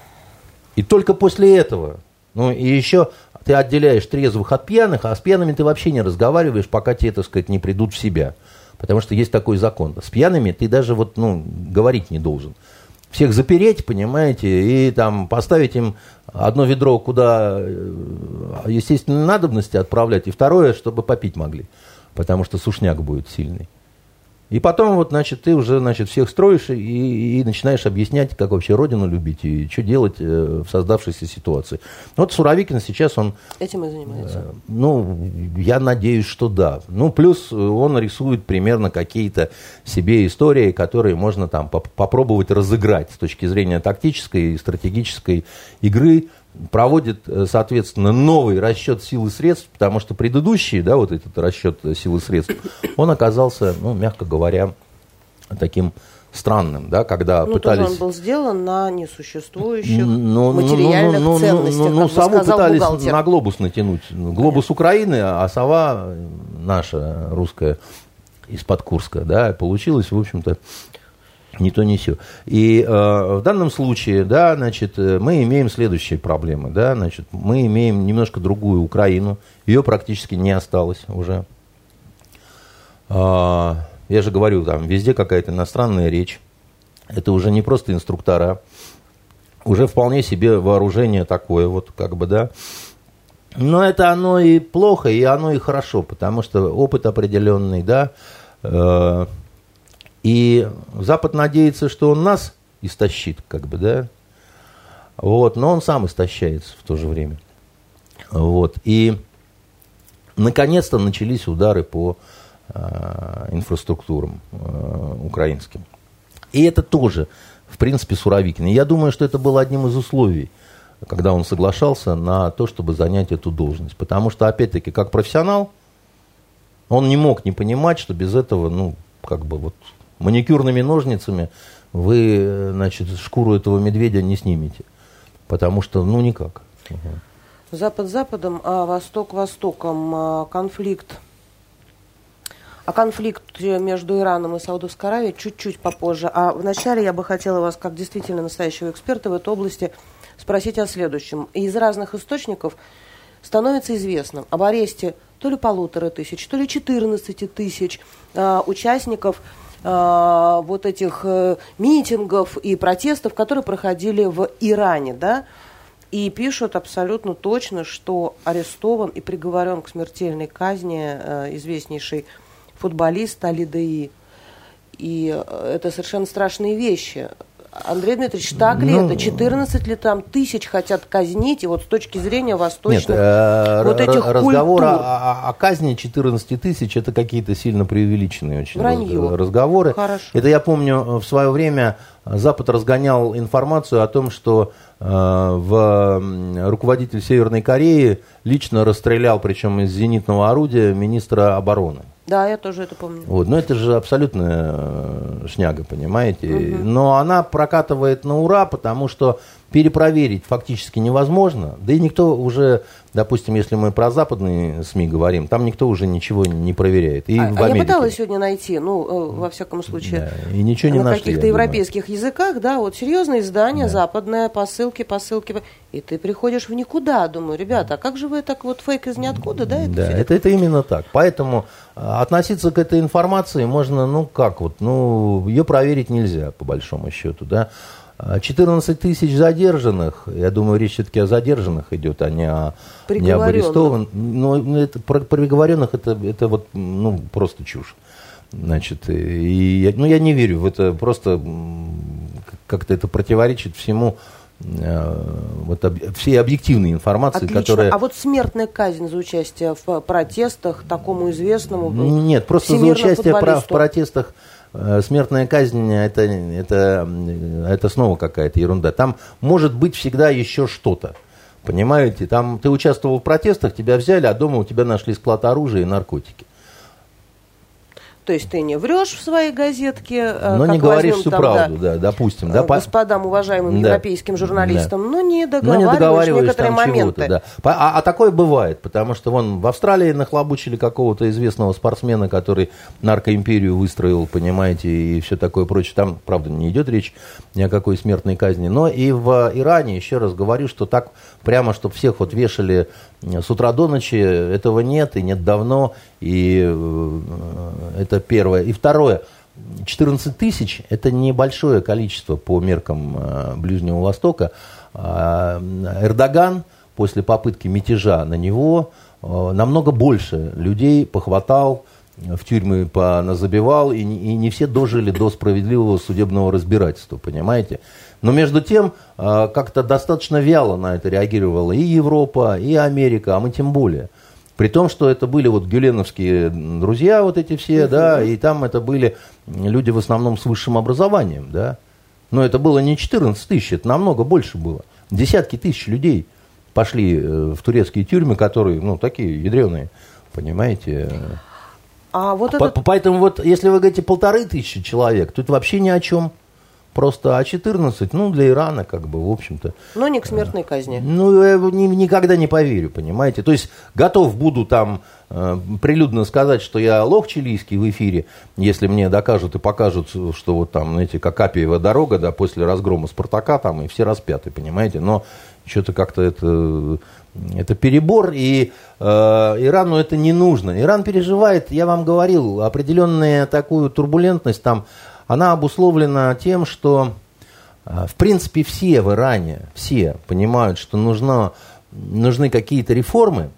И только после этого, ну и еще ты отделяешь трезвых от пьяных, а с пьяными ты вообще не разговариваешь, пока те, так сказать, не придут в себя. Потому что есть такой закон. С пьяными ты даже вот, ну, говорить не должен. Всех запереть, понимаете, и там поставить им одно ведро, куда естественные надобности отправлять, и второе, чтобы попить могли, потому что сушняк будет сильный. И потом, вот, значит, ты уже, значит, всех строишь и, и начинаешь объяснять, как вообще родину любить и что делать э, в создавшейся ситуации. Вот Суровикин сейчас, он... Этим и занимается. Э, ну, я надеюсь, что да. Ну, плюс он рисует примерно какие-то себе истории, которые можно там поп- попробовать разыграть с точки зрения тактической и стратегической игры. Проводит, соответственно, новый расчет сил и средств, потому что предыдущий, да, вот этот расчет сил и средств, он оказался, ну, мягко говоря, таким странным, да, когда ну, пытались... тоже он был сделан на несуществующих ну, материальных ну, ну, ценностях, ну, ну, как сову сказал пытались бухгалтер. На глобус натянуть. Глобус Понятно. Украины, а сова наша, русская, из-под Курска, да, получилось, в общем-то, не то, не сё. И э, в данном случае, да, значит, мы имеем следующие проблемы, да, значит, мы имеем немножко другую Украину, ее практически не осталось уже. Э, я же говорю, там везде какая-то иностранная речь. Это уже не просто инструктора, уже вполне себе вооружение такое, вот, как бы, да. Но это оно и плохо, и оно и хорошо, потому что опыт определенный, да. Э, И Запад надеется, что он нас истощит, как бы, да, вот, но он сам истощается в то же время. Вот, и наконец-то начались удары по э, инфраструктурам э, украинским. И это тоже, в принципе, Суровикин. И я думаю, что это было одним из условий, когда он соглашался на то, чтобы занять эту должность. Потому что, опять-таки, как профессионал, он не мог не понимать, что без этого, ну, как бы вот... маникюрными ножницами вы, значит, шкуру этого медведя не снимете. Потому что, ну, никак. Угу. Запад западом, а Восток востоком. А конфликт. О конфликте между Ираном и Саудовской Аравией чуть-чуть попозже. А вначале я бы хотела вас, как действительно настоящего эксперта в этой области, спросить о следующем. Из разных источников становится известным об аресте то ли полутора тысяч, то ли четырнадцати тысяч а, участников вот этих митингов и протестов, которые проходили в Иране, да, и пишут абсолютно точно, что арестован и приговорен к смертельной казни известнейший футболист Али Даи. И это совершенно страшные вещи. Андрей Дмитриевич, так ли ну, это? четырнадцать ли там тысяч хотят казнить? И вот с точки зрения восточных нет, э, вот этих разговор культур. О, о казни четырнадцати тысяч это какие-то сильно преувеличенные очень Вранье. разговоры. Хорошо. Это я помню, в свое время Запад разгонял информацию о том, что э, в, руководитель Северной Кореи лично расстрелял, причем из зенитного орудия, министра обороны. Да, я тоже это помню. Вот, но это же абсолютная шняга, понимаете? Угу. Но она прокатывает на ура, потому что перепроверить фактически невозможно. Да и никто уже, допустим, если мы про западные СМИ говорим, там никто уже ничего не проверяет. И а, в а Америке. Я пыталась сегодня найти, ну, во всяком случае, да, и ничего не на нашли, каких-то европейских думаю. языках, да, вот серьезное издание, да. западное, посылки, посылки. И ты приходишь в никуда, думаю, ребята, а как же вы так вот фейк из ниоткуда, да? Это, да, это, это именно так. Поэтому относиться к этой информации можно, ну как вот, ну, ее проверить нельзя, по большому счету, да. четырнадцать тысяч задержанных, я думаю, речь все-таки о задержанных идет, а не о, не об арестованных. Но это, про приговоренных это, это вот, ну, просто чушь. Значит, и, ну, я не верю в это, просто как-то это противоречит всему, вот, об, всей объективной информации, Отлично. которая... А вот смертная казнь за участие в протестах такому известному Нет, просто за участие в протестах смертная казнь это, это, это снова какая-то ерунда. Там может быть всегда еще что-то. Понимаете? Там ты участвовал в протестах, тебя взяли, а дома у тебя нашли склад оружия и наркотики. То есть ты не врешь в своей газетке, но не говоришь всю там, правду, да, да, допустим. Да, господам уважаемым да, европейским журналистам, да. но не договариваешь, но не договариваешь некоторые моменты. Да. А, а такое бывает, потому что вон в Австралии нахлобучили какого-то известного спортсмена, который наркоимперию выстроил, понимаете, и все такое прочее. Там, правда, не идет речь ни о какой смертной казни. Но и в Иране, еще раз говорю, что так прямо, чтобы всех вот вешали с утра до ночи, этого нет, и нет давно, и это первое. И второе, четырнадцать тысяч – это небольшое количество по меркам Ближнего Востока. Эрдоган после попытки мятежа на него намного больше людей похватал, в тюрьмы поназабивал, и не все дожили до справедливого судебного разбирательства, понимаете? Но между тем, как-то достаточно вяло на это реагировала и Европа, и Америка, а мы тем более. При том, что это были вот гюленовские друзья, вот эти все, угу. да, и там это были люди в основном с высшим образованием, да. Но это было не четырнадцать тысяч, это намного больше было. Десятки тысяч людей пошли в турецкие тюрьмы, которые, ну, такие ядреные, понимаете. А вот По этот... Поэтому вот, если вы говорите полторы тысячи человек, тут вообще ни о чем. Просто А четырнадцать, ну, для Ирана, как бы, в общем-то. Но не к смертной казни. Ну, я ни, никогда не поверю, понимаете. То есть, готов буду там э, прилюдно сказать, что я лох чилийский в эфире, если мне докажут и покажут, что вот там, знаете, как Апиева дорога, да, после разгрома Спартака там, и все распяты, понимаете. Но что-то как-то это, это перебор, и э, Ирану это не нужно. Иран переживает, я вам говорил, определенную такую турбулентность там. Она обусловлена тем, что, в принципе, все в Иране, все понимают, что нужно, нужны какие-то реформы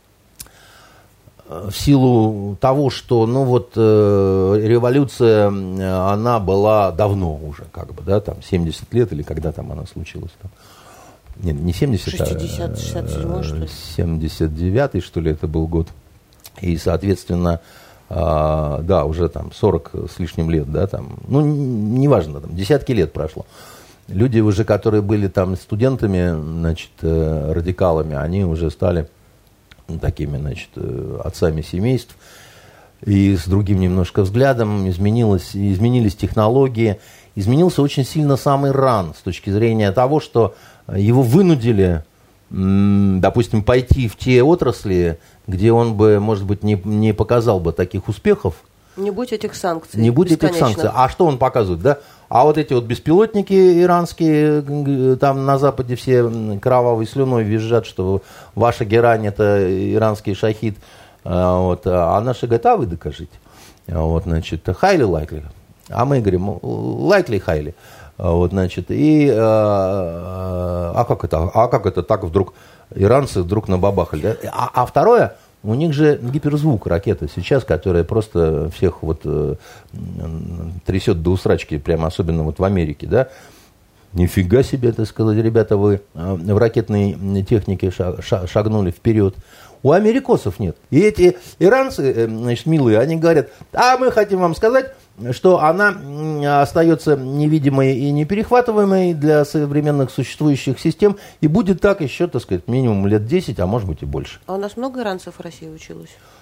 в силу того, что, ну вот, революция, она была давно уже, как бы, да, там, семьдесят лет, или когда там она случилась, там, не, не семьдесят, шестьдесят, шестьдесят седьмой, что ли? семьдесят девятый, что ли, это был год, и, соответственно, А, да, уже там сорок с лишним лет, да, там, ну, неважно, там, десятки лет прошло. Люди уже, которые были там студентами, значит, радикалами, они уже стали такими, значит, отцами семейств, и с другим немножко взглядом изменилось, изменились технологии, изменился очень сильно сам Иран с точки зрения того, что его вынудили, допустим, пойти в те отрасли, где он бы, может быть, не, не показал бы таких успехов. Не будь этих санкций. Не будь этих санкций. А что он показывает, да? А вот эти вот беспилотники иранские, там на Западе все кровавой слюной визжат, что ваша герань это иранский шахид. Вот. А наши говорят, а вы докажите. Вот, значит, highly likely. А мы говорим, likely highly. Вот, значит, и, а, а, как это, а как это так вдруг иранцы вдруг набабахали? Да? А, а второе, у них же гиперзвук ракета сейчас, которая просто всех вот э, трясет до усрачки, прямо особенно вот в Америке, да? Нифига себе, так сказать, ребята, вы в ракетной технике шагнули вперед. У америкосов нет. И эти иранцы, значит, милые, они говорят, а мы хотим вам сказать, что она остается невидимой и неперехватываемой для современных существующих систем и будет так еще, так сказать, минимум лет десять, а может быть и больше. А у нас много иранцев в России училось?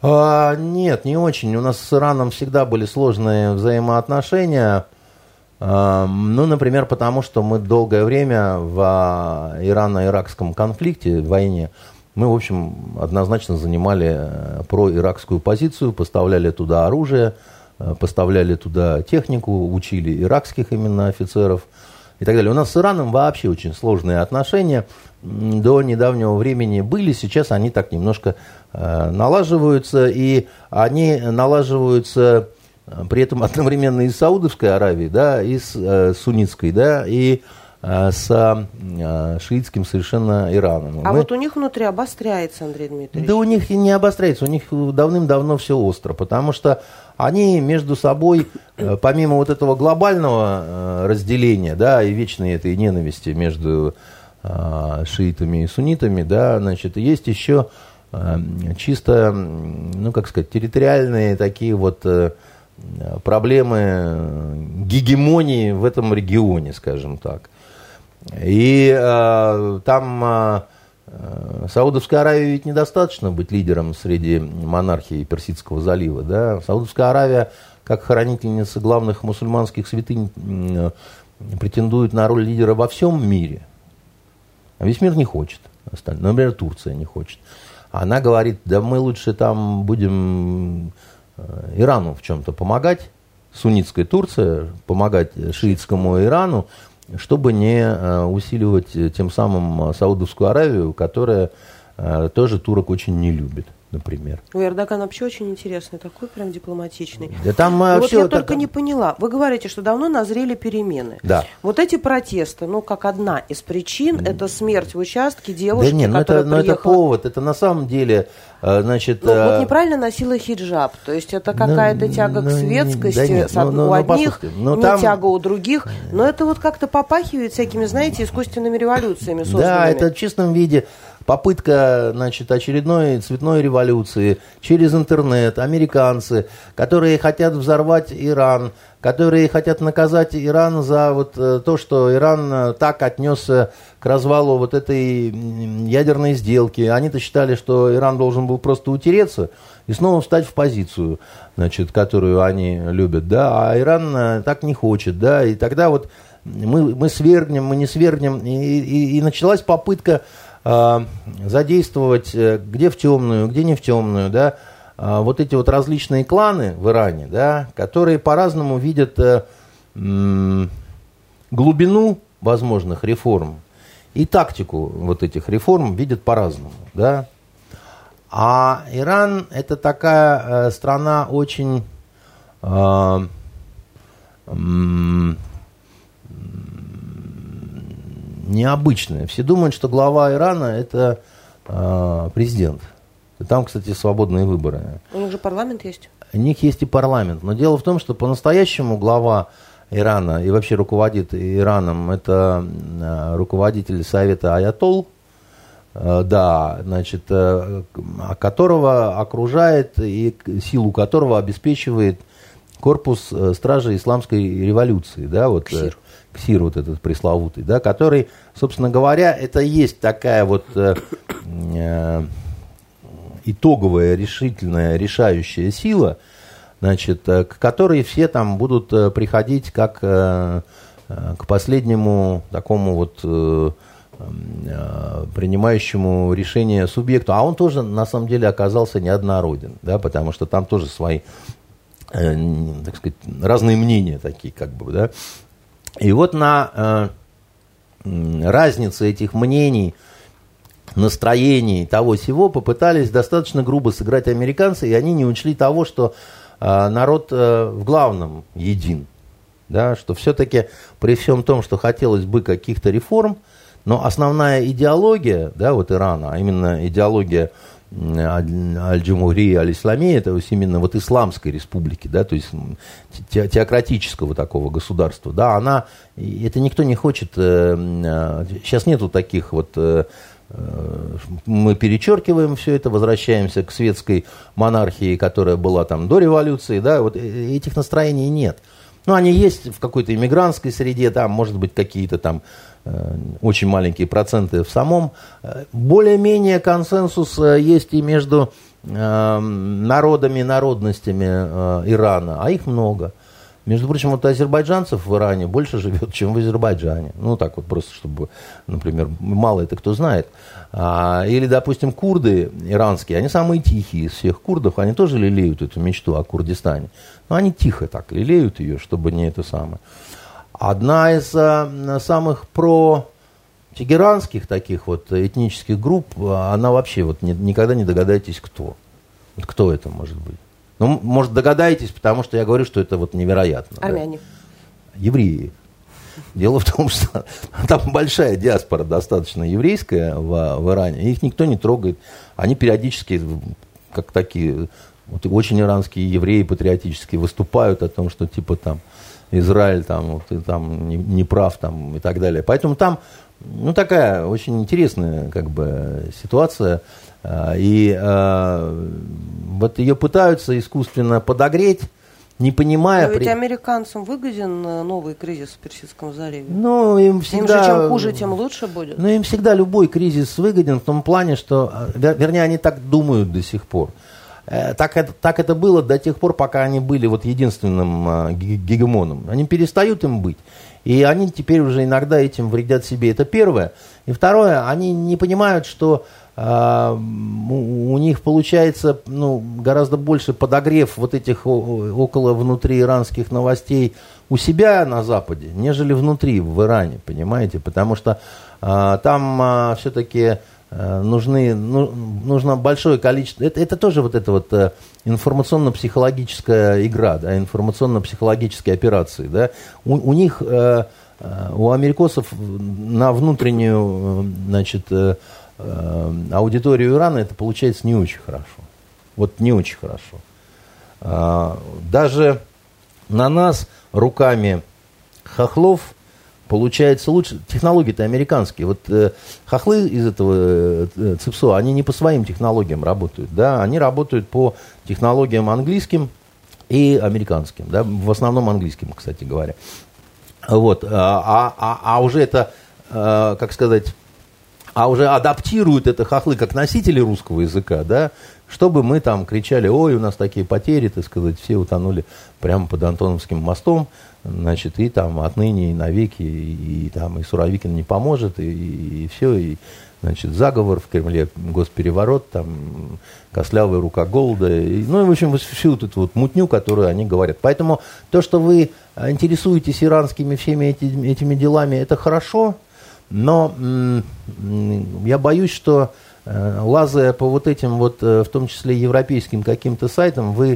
А, нет, не очень. У нас с Ираном всегда были сложные взаимоотношения. А, ну, например, потому что мы долгое время в ирано-иракском конфликте, в войне, мы, в общем, однозначно занимали проиракскую позицию, поставляли туда оружие, поставляли туда технику, учили иракских именно офицеров и так далее. У нас с Ираном вообще очень сложные отношения. До недавнего времени были, сейчас они так немножко э, налаживаются, и они налаживаются э, при этом одновременно и с Саудовской Аравией, да, и с э, суннитской, да, и э, с э, шиитским совершенно Ираном. А Мы... вот у них внутри обостряется, Андрей Дмитриевич? Да у них и не обостряется, у них давным-давно все остро, потому что они между собой, э, помимо вот этого глобального э, разделения, да, и вечной этой ненависти между шиитами и суннитами, да, значит, есть еще э, чисто, ну, как сказать, территориальные такие вот э, проблемы гегемонии в этом регионе, скажем так. И э, там э, Саудовской Аравии ведь недостаточно быть лидером среди монархий Персидского залива, да. Саудовская Аравия, как хранительница главных мусульманских святынь, э, претендует на роль лидера во всем мире. А весь мир не хочет. Например, Турция не хочет. Она говорит, да мы лучше там будем Ирану в чем-то помогать, суннитская Турция, помогать шиитскому Ирану, чтобы не усиливать тем самым Саудовскую Аравию, которая тоже турок очень не любит, например. У Эрдогана вообще очень интересный, такой прям дипломатичный. Да там, ну, вот я так... только не поняла. Вы говорите, что давно назрели перемены. Да. Вот эти протесты, ну, как одна из причин, mm. это смерть в участке девушки, да нет, которая ну это, приехала... это повод, это на самом деле, значит... Ну, вот неправильно носила хиджаб, то есть это какая-то ну, тяга ну, к светскости да нет, ну, ну, у одних, ну, не там... тяга у других, но это вот как-то попахивает всякими, знаете, искусственными революциями созданными. Да, это в чистом виде попытка, значит, очередной цветной революции через интернет, американцы, которые хотят взорвать Иран, которые хотят наказать Иран за вот то, что Иран так отнесся к развалу вот этой ядерной сделки. Они-то считали, что Иран должен был просто утереться и снова встать в позицию, значит, которую они любят, да, а Иран так не хочет, да, и тогда вот мы, мы свергнем, мы не свергнем, и, и, и началась попытка э, задействовать где в темную, где не в темную, да, вот эти вот различные кланы в Иране, да, которые по-разному видят э, м, глубину возможных реформ и тактику вот этих реформ видят по-разному, да. А Иран это такая э, страна очень э, м, необычная. Все думают, что глава Ирана это э, президент. Там, кстати, свободные выборы. У них же парламент есть? У них есть и парламент. Но дело в том, что по-настоящему глава Ирана и вообще руководит Ираном, это руководитель Совета Аятолл, да, значит, которого окружает и силу которого обеспечивает корпус стражей исламской революции, да, вот КСИР, КСИР вот этот пресловутый, да, который, собственно говоря, это есть такая вот э, э, итоговая, решительная, решающая сила, значит, к которой все там будут приходить как э, к последнему такому вот э, э, принимающему решение субъекту. А он тоже, на самом деле, оказался неоднороден, да, потому что там тоже свои, э, так сказать, разные мнения такие, как бы, да. И вот на э, разнице этих мнений, настроений, того-сего попытались достаточно грубо сыграть американцы, и они не учли того, что э, народ э, в главном един. Да, что все-таки при всем том, что хотелось бы каких-то реформ, но основная идеология, да, вот Ирана, а именно идеология аль-Джумхурии, аль-Исламии, это именно вот исламской республики, да, то есть те, теократического такого государства, да, она, это никто не хочет, э, сейчас нету таких вот, э, мы перечеркиваем все это, возвращаемся к светской монархии, которая была там до революции, да, вот этих настроений нет. Ну, они есть в какой-то иммигрантской среде, там, может быть, какие-то там э, очень маленькие проценты в самом. Более-менее консенсус есть и между э, народами, народностями э, Ирана, а их много. Между прочим, вот азербайджанцев в Иране больше живет, чем в Азербайджане. Ну, так вот просто, чтобы, например, мало это кто знает. А, или, допустим, курды иранские, они самые тихие из всех курдов, они тоже лелеют эту мечту о Курдистане. Но они тихо так лелеют ее, чтобы не это самое. Одна из а, самых про-тегеранских таких вот этнических групп, она вообще, вот не, никогда не догадаетесь, кто. Вот кто это может быть. Ну, может, догадаетесь, потому что я говорю, что это вот невероятно. Армяне. Да? Евреи. Дело в том, что там большая диаспора достаточно еврейская в, в Иране. Их никто не трогает. Они периодически, как такие, вот, очень иранские евреи патриотически выступают о том, что типа там Израиль там, вот, и, там не, не прав там, и так далее. Поэтому там ну, такая очень интересная как бы, ситуация. И э, вот ее пытаются искусственно подогреть, не понимая... Но ведь при... американцам выгоден новый кризис в Персидском заливе. Ну, им всегда... Им же чем хуже, тем лучше будет. Ну, им всегда любой кризис выгоден в том плане, что... Вер, вернее, они так думают до сих пор. Так это, так это было до тех пор, пока они были вот единственным гегемоном. Они перестают им быть. И они теперь уже иногда этим вредят себе. Это первое. И второе, они не понимают, что э, у, у них получается ну, гораздо больше подогрев вот этих около внутрииранских новостей у себя на Западе, нежели внутри, в Иране, понимаете? Потому что э, там э, все-таки э, нужны, ну, нужно большое количество... Это, это тоже вот эта вот э, информационно-психологическая игра, да, информационно-психологические операции. Да? У, у них... Э, У америкосов на внутреннюю значит, аудиторию Ирана это получается не очень хорошо. Вот не очень хорошо. Даже на нас руками хохлов получается лучше. Технологии-то американские. Вот хохлы из этого ЦИПСО, они не по своим технологиям работают. Да? Они работают по технологиям английским и американским. Да? В основном английским, кстати говоря. Вот, а, а, а уже это, как сказать, а уже адаптируют это хохлы как носители русского языка, да, чтобы мы там кричали, ой, у нас такие потери, так сказать, все утонули прямо под Антоновским мостом, значит, и там отныне и навеки, и, и там и Суровикин не поможет, и, и, и все, и, значит, заговор в Кремле, госпереворот, там, костлявая рука голода, и, ну, и, в общем, всю вот эту вот мутню, которую они говорят. Поэтому то, что вы интересуетесь иранскими всеми эти, этими делами, это хорошо, но м- м- я боюсь, что э, лазая по вот этим вот, э, в том числе европейским каким-то сайтам, вы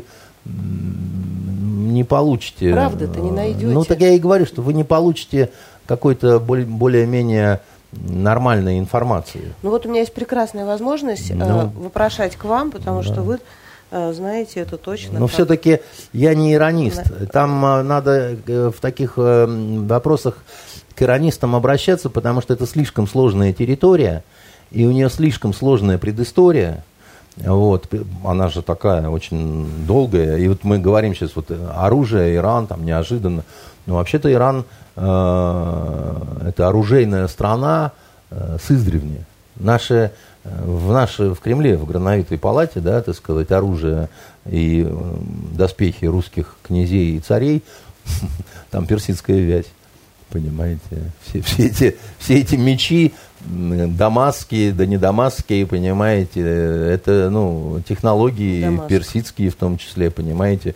м- не получите... Правда-то не найдете. Ну, так я и говорю, что вы не получите какой-то более- более-менее нормальной информации. Ну вот у меня есть прекрасная возможность ну, э, вопрошать к вам, потому да. что вы э, знаете это точно. Но как... все-таки я не иронист. Да. Там э, надо э, в таких э, вопросах к иронистам обращаться, потому что это слишком сложная территория, и у нее слишком сложная предыстория. Вот. Она же такая очень долгая. И вот мы говорим сейчас вот оружие, Иран, там неожиданно. Но вообще-то Иран э, это оружейная страна э, с издревле. Наши, в, наши, в Кремле, в Грановитой палате, да, так сказать, оружие и э, доспехи русских князей и царей, там персидская вязь. Понимаете, все, все, эти, все эти мечи дамасские, да не дамасские, понимаете, это ну, технологии Дамаск. Персидские в том числе, понимаете.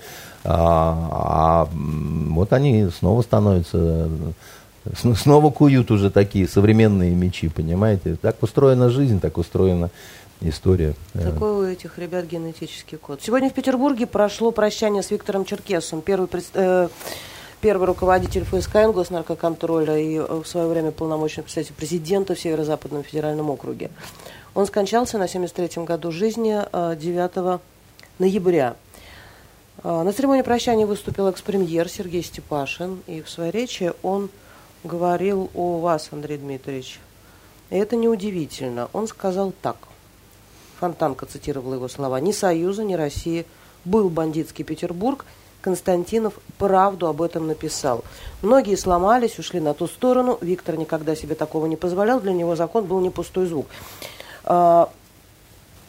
А, а вот они снова становятся, снова куют уже такие современные мечи, понимаете. Так устроена жизнь, так устроена история. Такой у этих ребят генетический код. Сегодня в Петербурге прошло прощание с Виктором Черкесом, первый представитель. Первый руководитель ФСК Госнаркоконтроля и в свое время полномочный представитель президента в Северо-Западном федеральном округе. Он скончался на семьдесят третьем году жизни девятого ноября. На церемонии прощания выступил экс-премьер Сергей Степашин, и в своей речи он говорил о вас, Андрей Дмитриевич. И это неудивительно. Он сказал так. Фонтанка цитировала его слова. «Ни Союза, ни России. Был бандитский Петербург. Константинов правду об этом написал. Многие сломались, ушли на ту сторону. Виктор никогда себе такого не позволял. Для него закон был не пустой звук».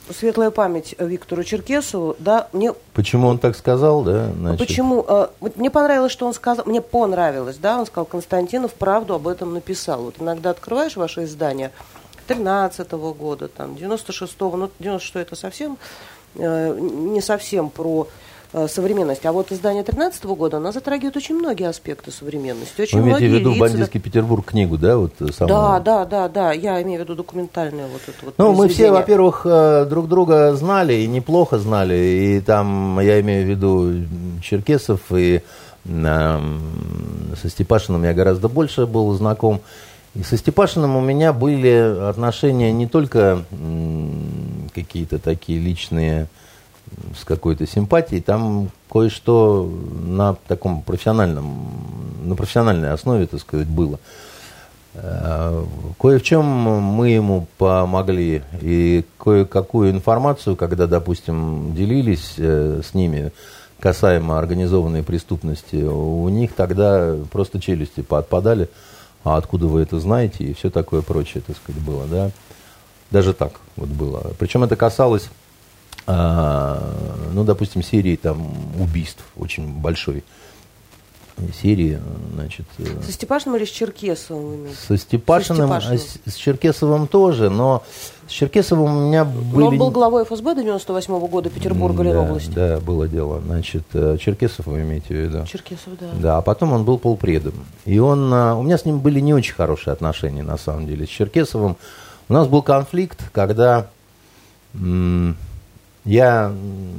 светлая память Виктору Черкесову, да, мне... Почему он так сказал, да? Значит... Почему? Э, вот мне понравилось, что он сказал, мне понравилось, да, он сказал, Константинов правду об этом написал. Вот иногда открываешь ваше издание тринадцатого года, там, девяносто шестого, ну, девяносто шестой это совсем, э, не совсем про э, современность, а вот издание тринадцатого года, оно затрагивает очень многие аспекты современности, очень Вы имеете многие в виду лица, «Бандитский да. Петербург» книгу, да? Вот, самую... Да, да, да, да, я имею в виду документальное вот это вот Ну, мы все, произведение. во-первых, друг друга знали и неплохо знали, и там, я имею в виду Черкесов, и э, со Степашиным я гораздо больше был знаком. И со Степашиным у меня были отношения не только м, какие-то такие личные, с какой-то симпатией, там кое-что на таком профессиональном, на профессиональной основе, так сказать, было. Кое в чем мы ему помогли, и кое-какую информацию, когда, допустим, делились с ними касаемо организованной преступности, у них тогда просто челюсти поотпадали. А откуда вы это знаете, и все такое прочее, так сказать, было, да. Даже так вот было. Причем это касалось, а, ну, допустим, серии там убийств, очень большой серии, значит. Со Степашиным или с Черкесовым? Со Степашиным, со Степашиным. А с, с Черкесовым тоже, но с Черкесовым у меня были... Но он был главой эф эс бэ до девяносто восьмого года Петербурга, да, Ленобласти. Да, было дело. Значит, Черкесов вы имеете в виду? Черкесов, да. Да, а потом он был полпредом. И он... У меня с ним были не очень хорошие отношения, на самом деле, с Черкесовым. У нас был конфликт, когда м- я...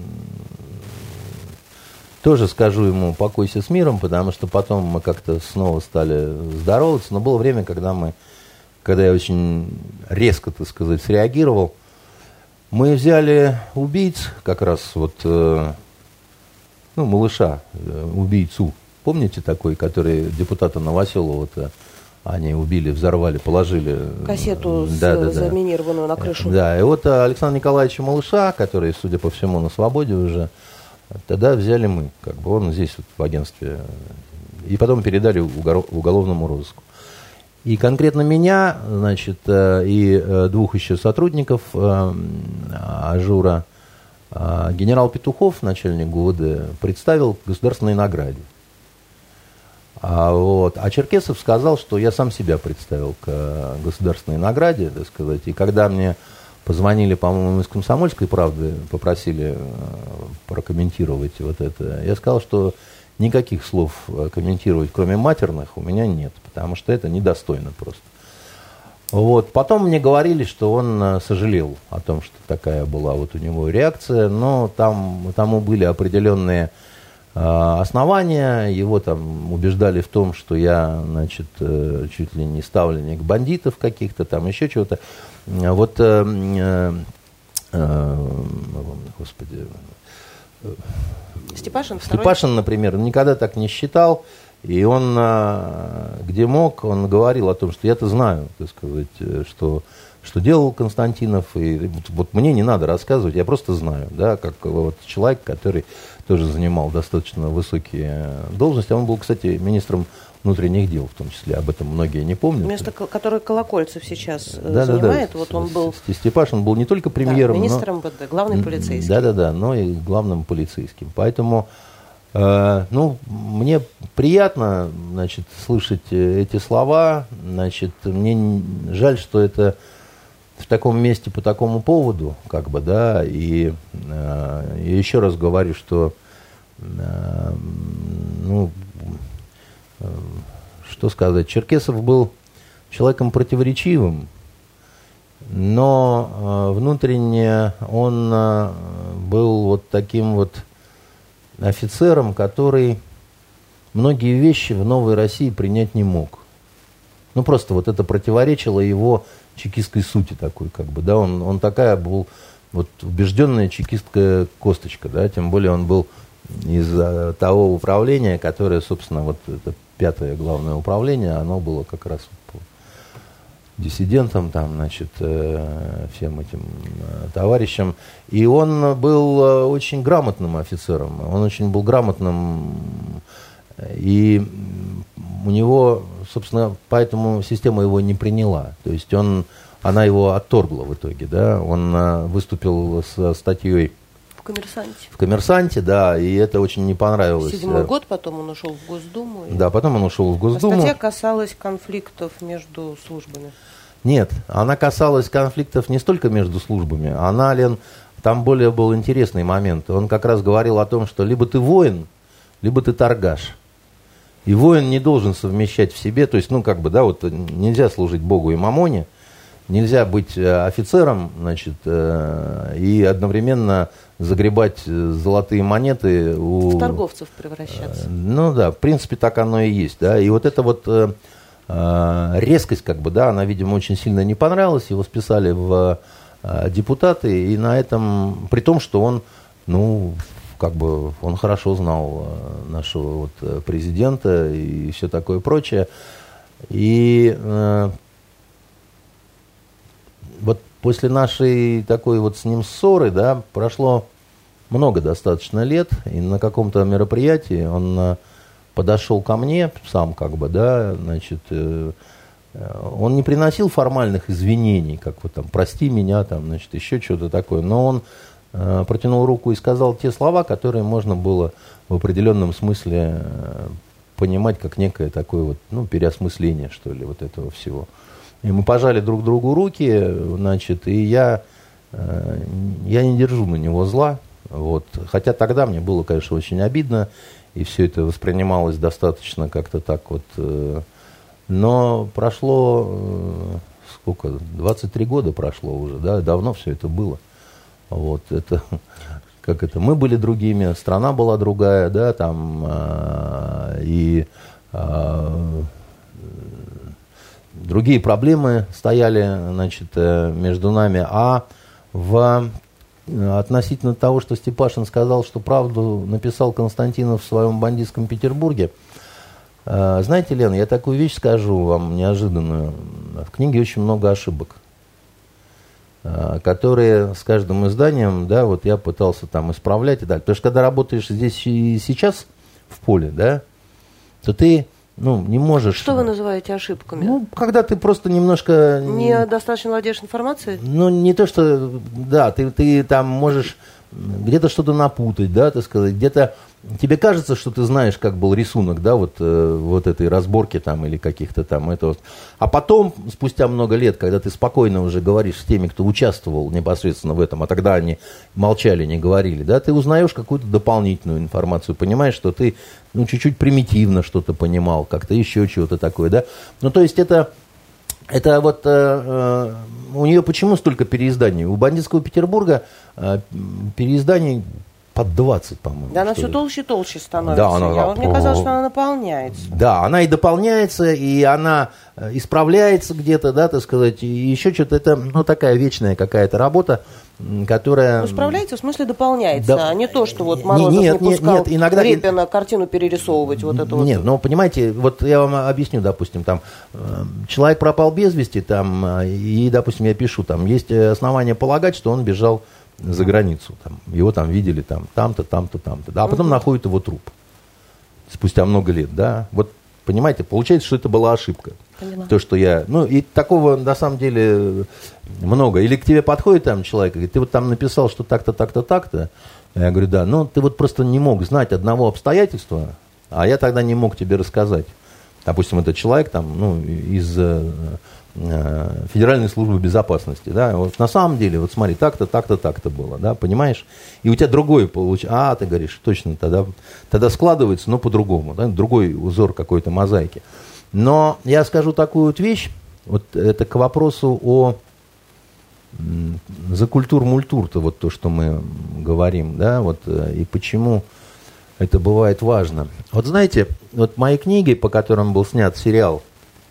Тоже скажу ему «покойся с миром», потому что потом мы как-то снова стали здороваться. Но было время, когда мы, когда я очень резко, так сказать, среагировал. Мы взяли убийц, как раз вот, э, ну, малыша, э, убийцу. Помните такой, который депутата Новоселова-то они убили, взорвали, положили. Кассету да, с, да, да. заминированную на крышу. Да, и вот Александра Николаевича Малыша, который, судя по всему, на свободе уже, тогда взяли мы, как бы он здесь вот в агентстве, и потом передали уголовному розыску. И конкретно меня, значит, и двух еще сотрудников Ажура, генерал Петухов, начальник ГУВД, представил к государственной награде. А, вот, а Черкесов сказал, что я сам себя представил к государственной награде, так сказать, и когда мне позвонили, по-моему, из «Комсомольской правды», попросили прокомментировать вот это. Я сказал, что никаких слов комментировать, кроме матерных, у меня нет, потому что это недостойно просто. Вот. Потом мне говорили, что он сожалел о том, что такая была вот у него реакция, но там, тому были определенные э, основания. Его там убеждали в том, что я, значит, э, чуть ли не ставленник бандитов каких-то, там еще чего-то. Вот, э, э, господи, Степашин, Степашин, например, никогда так не считал, и он, где мог, он говорил о том, что я-то знаю, так сказать, что, что делал Константинов, и вот, вот мне не надо рассказывать, я просто знаю, да, как вот человек, который тоже занимал достаточно высокие должности, он был, кстати, министром внутренних дел, в том числе, об этом многие не помнят. Место, которое Колокольцев сейчас да, занимает, да, да. вот он был... Степашин был не только премьером, да, министром но... МВД, главный полицейский. Да-да-да, но и главным полицейским. Поэтому, э, ну, мне приятно, значит, слышать эти слова, значит, мне жаль, что это в таком месте по такому поводу, как бы, да, и э, я еще раз говорю, что, э, ну, что сказать, Черкесов был человеком противоречивым, но э, внутренне он э, был вот таким вот офицером, который многие вещи в новой России принять не мог. Ну, просто вот это противоречило его чекистской сути такой, как бы, да, он, он такая был вот убежденная чекистская косточка, да, тем более он был из того управления, которое, собственно, вот это пятое главное управление, оно было как раз по диссидентам, там, значит, всем этим товарищам. И он был очень грамотным офицером, он очень был грамотным, и у него, собственно, поэтому система его не приняла. То есть он, она его отторгла в итоге, да. Он а, выступил с статьей в «Коммерсанте». В «Коммерсанте», да, и это очень не понравилось. Седьмой год, потом он ушел в Госдуму. И... Да, потом он ушел в Госдуму. А статья касалась конфликтов между службами. Нет, она касалась конфликтов не столько между службами. Она, Лен, там более был интересный момент. Он как раз говорил о том, что либо ты воин, либо ты торгаш. И воин не должен совмещать в себе, то есть, ну, как бы, да, вот нельзя служить Богу и мамоне, нельзя быть офицером, значит, и одновременно загребать золотые монеты у... В торговцев превращаться. Ну да, в принципе, так оно и есть, да. И вот это вот резкость, как бы, да, она, видимо, очень сильно не понравилась, его списали в депутаты, и на этом, при том, что он, ну, как бы, он хорошо знал нашего вот президента и все такое прочее. И э, вот после нашей такой вот с ним ссоры, да, прошло много достаточно лет, и на каком-то мероприятии он э, подошел ко мне сам, как бы, да, значит, э, он не приносил формальных извинений, как вот там, прости меня, там, значит, еще что-то такое, но он э, протянул руку и сказал те слова, которые можно было в определенном смысле э, понимать как некое такое вот, ну, переосмысление, что ли, вот этого всего. И мы пожали друг другу руки, значит, и я, э, я не держу на него зла, вот, хотя тогда мне было, конечно, очень обидно, и все это воспринималось достаточно как-то так вот, э, но прошло, э, сколько, двадцать три года прошло уже, да, давно все это было, вот, это, как это, мы были другими, страна была другая, да, там, э, и э, другие проблемы стояли, значит, между нами, а в, относительно того, что Степашин сказал, что правду написал Константинов в своем бандитском Петербурге, знаете, Лена, я такую вещь скажу вам неожиданную. В книге очень много ошибок, которые с каждым изданием, да, вот я пытался там исправлять и так. Потому что когда работаешь здесь и сейчас в поле, да, то ты, ну, не можешь... Что вы называете ошибками? Ну, когда ты просто немножко... Недостаточно владеешь информацией? Ну, не то, что... Да, ты, ты там можешь где-то что-то напутать, да, так сказать, где-то... Тебе кажется, что ты знаешь, как был рисунок, да, вот, э, вот этой разборки там или каких-то там этого. А потом, спустя много лет, когда ты спокойно уже говоришь с теми, кто участвовал непосредственно в этом, а тогда они молчали, не говорили, да, ты узнаешь какую-то дополнительную информацию, понимаешь, что ты, ну, чуть-чуть примитивно что-то понимал, как-то еще чего-то такое, да. Ну, то есть это... Это вот э, э, у нее почему столько переизданий? У бандитского Петербурга э, переизданий под двадцать, по-моему. Да, она все ли. толще и толще становится. Да, она, Я, вот, мне казалось, что она наполняется. Да, она и дополняется, и она исправляется где-то, да, так сказать, и еще что-то. Это, ну, такая вечная какая-то работа, которая... Ну, справляется, в смысле дополняется, да. А не то, что вот Морозов нет, не пускал нет, нет, иногда... Репина картину перерисовывать. Вот это нет, вот. ну, понимаете, вот я вам объясню, допустим, там, человек пропал без вести, там, и, допустим, я пишу, там, есть основания полагать, что он бежал за границу, там, его там видели, там, там-то, там-то, там-то, да, а потом угу. находят его труп спустя много лет, да, вот, понимаете, получается, что это была ошибка. Поняла. То, что я, ну, и такого, на самом деле, много. Или к тебе подходит там человек и говорит, ты вот там написал, что так-то, так-то, так-то, я говорю, да, ну, ты вот просто не мог знать одного обстоятельства, а я тогда не мог тебе рассказать. Допустим, этот человек там, ну, из... Федеральной службы безопасности, да, вот на самом деле, вот смотри, так-то, так-то, так-то было, да, понимаешь, и у тебя другой получается, а, ты говоришь, точно, тогда, тогда складывается, но по-другому, да, другой узор какой-то мозаики. Но я скажу такую вот вещь, вот это к вопросу о за культур-мультур-то, вот то, что мы говорим, да, вот, и почему это бывает важно. Вот знаете, вот мои книги, по которым был снят сериал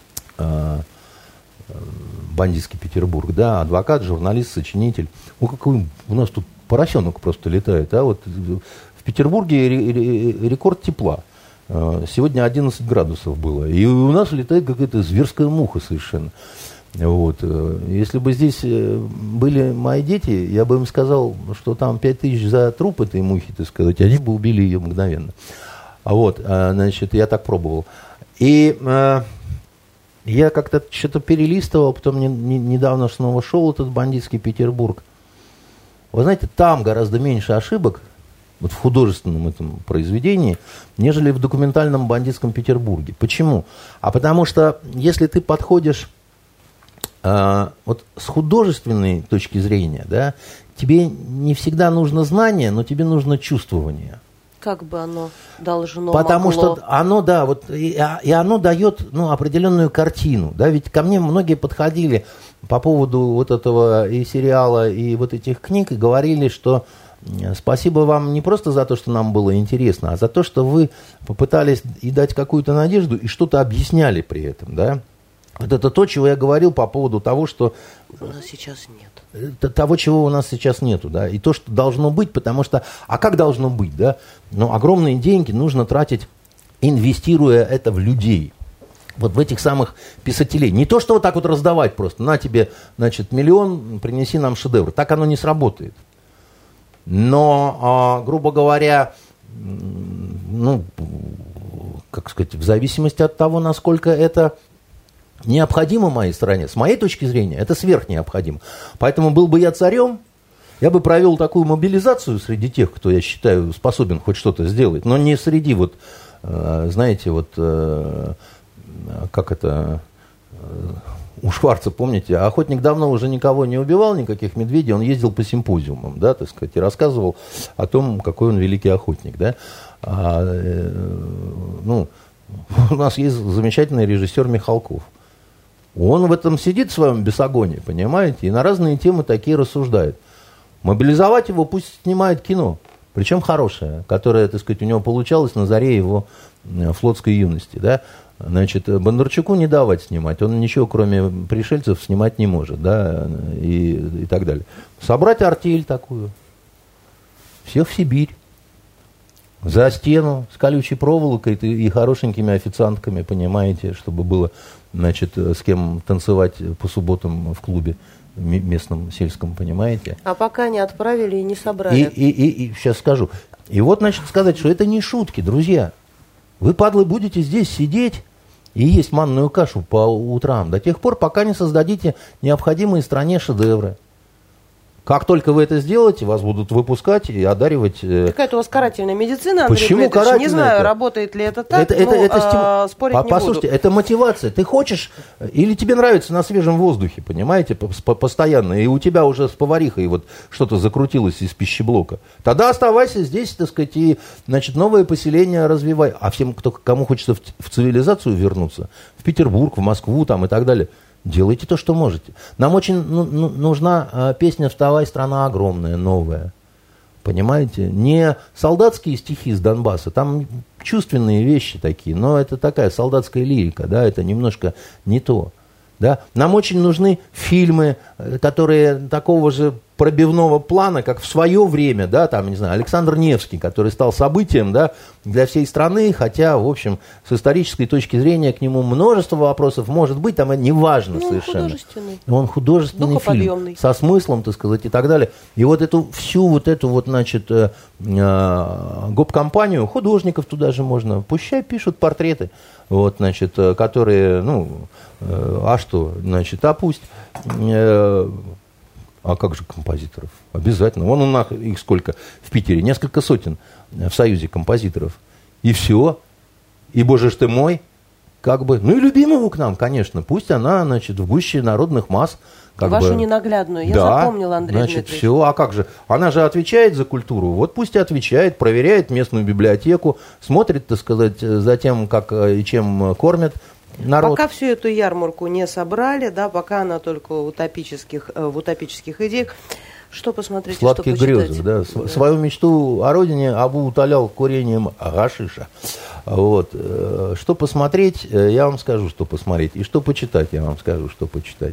«Бандитский Петербург», да, адвокат, журналист, сочинитель. Ну, какой у нас тут поросенок просто летает, а вот в Петербурге рекорд тепла. Сегодня одиннадцать градусов было, и у нас летает какая-то зверская муха совершенно. Вот. Если бы здесь были мои дети, я бы им сказал, что там пять тысяч за труп этой мухи, так сказать, они бы убили ее мгновенно. А вот, значит, я так пробовал. И э, я как-то что-то перелистывал, потом не, не, недавно снова шел этот бандитский Петербург. Вы знаете, там гораздо меньше ошибок, вот в художественном этом произведении, нежели в документальном бандитском Петербурге. Почему? А потому что, если ты подходишь э, вот с художественной точки зрения, да, тебе не всегда нужно знание, но тебе нужно чувствование. Как бы оно должно, Потому могло... что оно, да, вот, и, и оно дает, ну, определенную картину, да, ведь ко мне многие подходили по поводу вот этого и сериала, и вот этих книг, и говорили, что спасибо вам не просто за то, что нам было интересно, а за то, что вы попытались и дать какую-то надежду, и что-то объясняли при этом, да. Вот это то, чего я говорил по поводу того, что... У нас сейчас нет. Того, чего у нас сейчас нету, да, и то, что должно быть, потому что... А как должно быть, да? Ну, огромные деньги нужно тратить, инвестируя это в людей. Вот в этих самых писателей. Не то, что вот так вот раздавать просто. На тебе, значит, миллион, принеси нам шедевр. Так оно не сработает. Но, а, грубо говоря, ну, как сказать, в зависимости от того, насколько это... необходимо моей стране. С моей точки зрения, это сверхнеобходимо. Поэтому был бы я царем, я бы провел такую мобилизацию среди тех, кто, я считаю, способен хоть что-то сделать, но не среди, вот, э, знаете, вот, э, как это, э, у Шварца, помните, охотник давно уже никого не убивал, никаких медведей, он ездил по симпозиумам, да, так сказать, и рассказывал о том, какой он великий охотник, да. А, э, ну, у нас есть замечательный режиссер Михалков. Он в этом сидит в своем бесогоне, понимаете, и на разные темы такие рассуждает. Мобилизовать его, пусть снимает кино, причем хорошее, которое, так сказать, у него получалось на заре его флотской юности, да. Значит, Бондарчуку не давать снимать, он ничего, кроме пришельцев, снимать не может, да, и, и так далее. Собрать артель такую, всех в Сибирь, за стену с колючей проволокой и хорошенькими официантками, понимаете, чтобы было, значит, с кем танцевать по субботам в клубе местном, сельском, понимаете. А пока не отправили и не собрали. И, и, и, и сейчас скажу. И вот, значит, сказать, что это не шутки, друзья. Вы, падлы, будете здесь сидеть и есть манную кашу по утрам до тех пор, пока не создадите необходимые стране шедевры. Как только вы это сделаете, вас будут выпускать и одаривать... Какая-то у вас карательная медицина, Андрей Почему Дмитриевич? карательная? Не знаю, это? работает ли это так, это, это, но это стим... а, спорить по, не Послушайте, буду. это мотивация. Ты хочешь, или тебе нравится на свежем воздухе, понимаете, постоянно, и у тебя уже с поварихой вот что-то закрутилось из пищеблока. Тогда оставайся здесь, так сказать, и, значит, новое поселение развивай. А всем, кто, кому хочется в, в цивилизацию вернуться, в Петербург, в Москву там и так далее, делайте то, что можете. Нам очень ну, ну, нужна э, песня «Вставай, страна огромная», новая. Понимаете? Не солдатские стихи с Донбасса, там чувственные вещи такие, но это такая солдатская лирика, да, это немножко не то. Да? Нам очень нужны фильмы, которые такого же пробивного плана, как в свое время, да, там, не знаю, Александр Невский, который стал событием, да, для всей страны, хотя, в общем, с исторической точки зрения к нему множество вопросов может быть, там не важно ну, совершенно. Он художественный. Он художественный фильм, со смыслом, так сказать, и так далее. И вот эту всю вот эту вот, значит, э, э, гоп-компанию, художников туда же можно, пущай пишут портреты, вот, значит, которые, ну, э, а что, значит, а пусть... Э, А как же композиторов? Обязательно. Вон у нас их сколько в Питере. Несколько сотен в Союзе композиторов. И все. И, боже ж ты мой, как бы... Ну и любимого к нам, конечно. Пусть она, значит, в гуще народных масс. Как Вашу бы, ненаглядную. Я да, запомнила, Андрей значит, Дмитриевич. все. А как же? Она же отвечает за культуру. Вот пусть и отвечает, проверяет местную библиотеку, смотрит, так сказать, за тем, как и чем кормят народ. Пока всю эту ярмарку не собрали, да, пока она только в утопических, в утопических идеях. Что посмотреть, Сладких что почитать? грезах, да. да. Свою мечту о родине Абу утолял курением гашиша. Вот. Что посмотреть, я вам скажу, что посмотреть. И что почитать, я вам скажу, что почитать.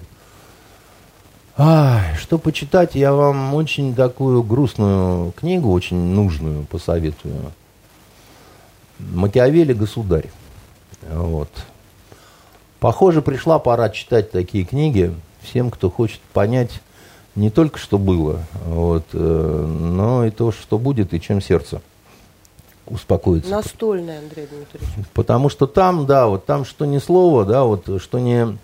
Ай, что почитать, я вам очень такую грустную книгу, очень нужную посоветую. Макиавелли «Государь». Вот. Похоже, пришла пора читать такие книги всем, кто хочет понять не только, что было, вот, но и то, что будет, и чем сердце успокоиться. Настольная, Андрей Дмитриевич. Потому что там, да, вот там что ни слово, да, вот что не...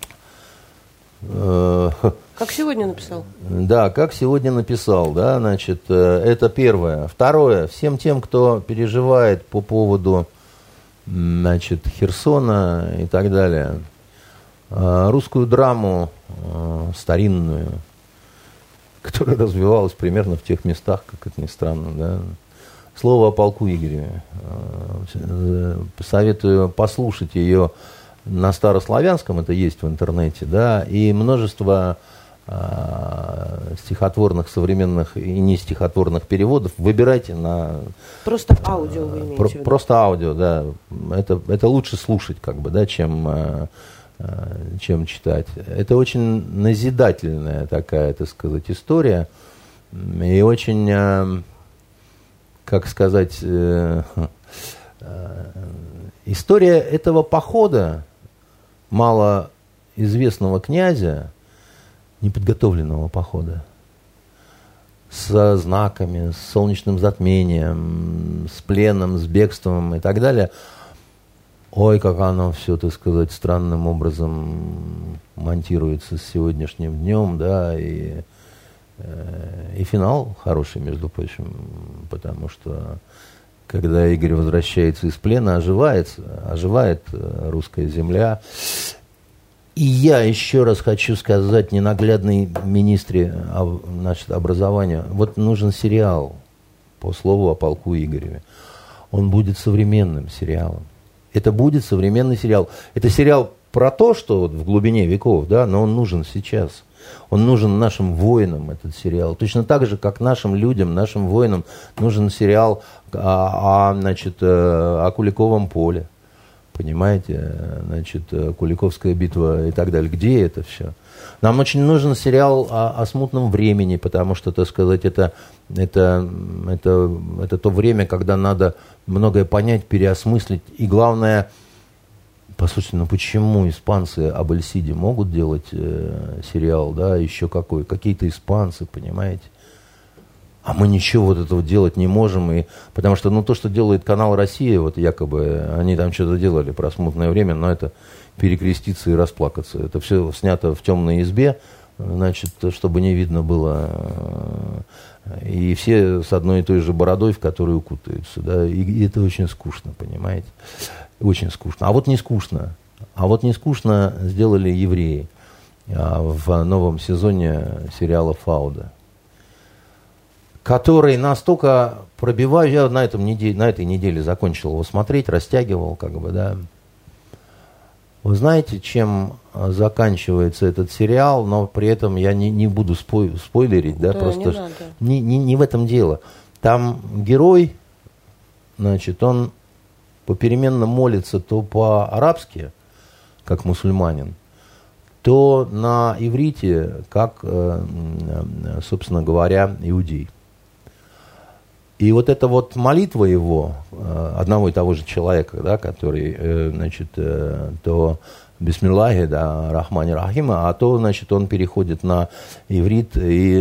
Э, как сегодня написал? Да, как сегодня написал, да, значит, э, это первое. Второе, всем тем, кто переживает по поводу, значит, Херсона и так далее, э, русскую драму э, старинную, которая развивалась примерно в тех местах, как это ни странно, да. Слово о полку Игореве. Советую послушать ее на старославянском, это есть в интернете, да, и множество э, стихотворных, современных и не стихотворных переводов. Выбирайте на... Просто аудио вы имеете про, в виду? Просто аудио, да. Это, это лучше слушать, как бы, да, чем... Э, чем читать. Это очень назидательная такая, так сказать, история. И очень, как сказать, история этого похода малоизвестного князя, неподготовленного похода, со знаками, с солнечным затмением, с пленом, с бегством и так далее. Ой, как оно все, так сказать, странным образом монтируется с сегодняшним днем, да, и, э, и финал хороший, между прочим, потому что когда Игорь возвращается из плена, оживает, оживает русская земля. И я еще раз хочу сказать ненаглядной министре, значит, образования, вот нужен сериал по слову о полку Игореве. Он будет современным сериалом. Это будет современный сериал. Это сериал про то, что вот в глубине веков, да, но он нужен сейчас. Он нужен нашим воинам, этот сериал. Точно так же, как нашим людям, нашим воинам нужен сериал о, о, значит, о Куликовом поле. Понимаете? Значит, Куликовская битва и так далее. Где это все? Нам очень нужен сериал о, о смутном времени, потому что, так сказать, это, это, это, это то время, когда надо многое понять, переосмыслить. И главное, послушайте, ну почему испанцы об Эльсиде могут делать э, сериал, да, еще какой? Какие-то испанцы, понимаете? А мы ничего вот этого делать не можем, и, потому что, ну, то, что делает канал «Россия», вот якобы, они там что-то делали про смутное время, но это перекреститься и расплакаться. Это все снято в темной избе, значит, чтобы не видно было, и все с одной и той же бородой, в которую укутаются, да, и это очень скучно, понимаете? Очень скучно. А вот не скучно. А вот не скучно сделали евреи в новом сезоне сериала «Фауда», который настолько пробивает, я на, этом неделе, на этой неделе закончил его смотреть, растягивал, как бы, да. Вы знаете, чем заканчивается этот сериал, но при этом я не, не буду спой, спойлерить, да, да, просто не, не, не в этом дело. Там герой, значит, он попеременно молится то по-арабски, как мусульманин, то на иврите, как, собственно говоря, иудей. И вот эта вот молитва его, одного и того же человека, да, который, значит, то бисмиллахи, да, рахмани рахима, а то, значит, он переходит на иврит и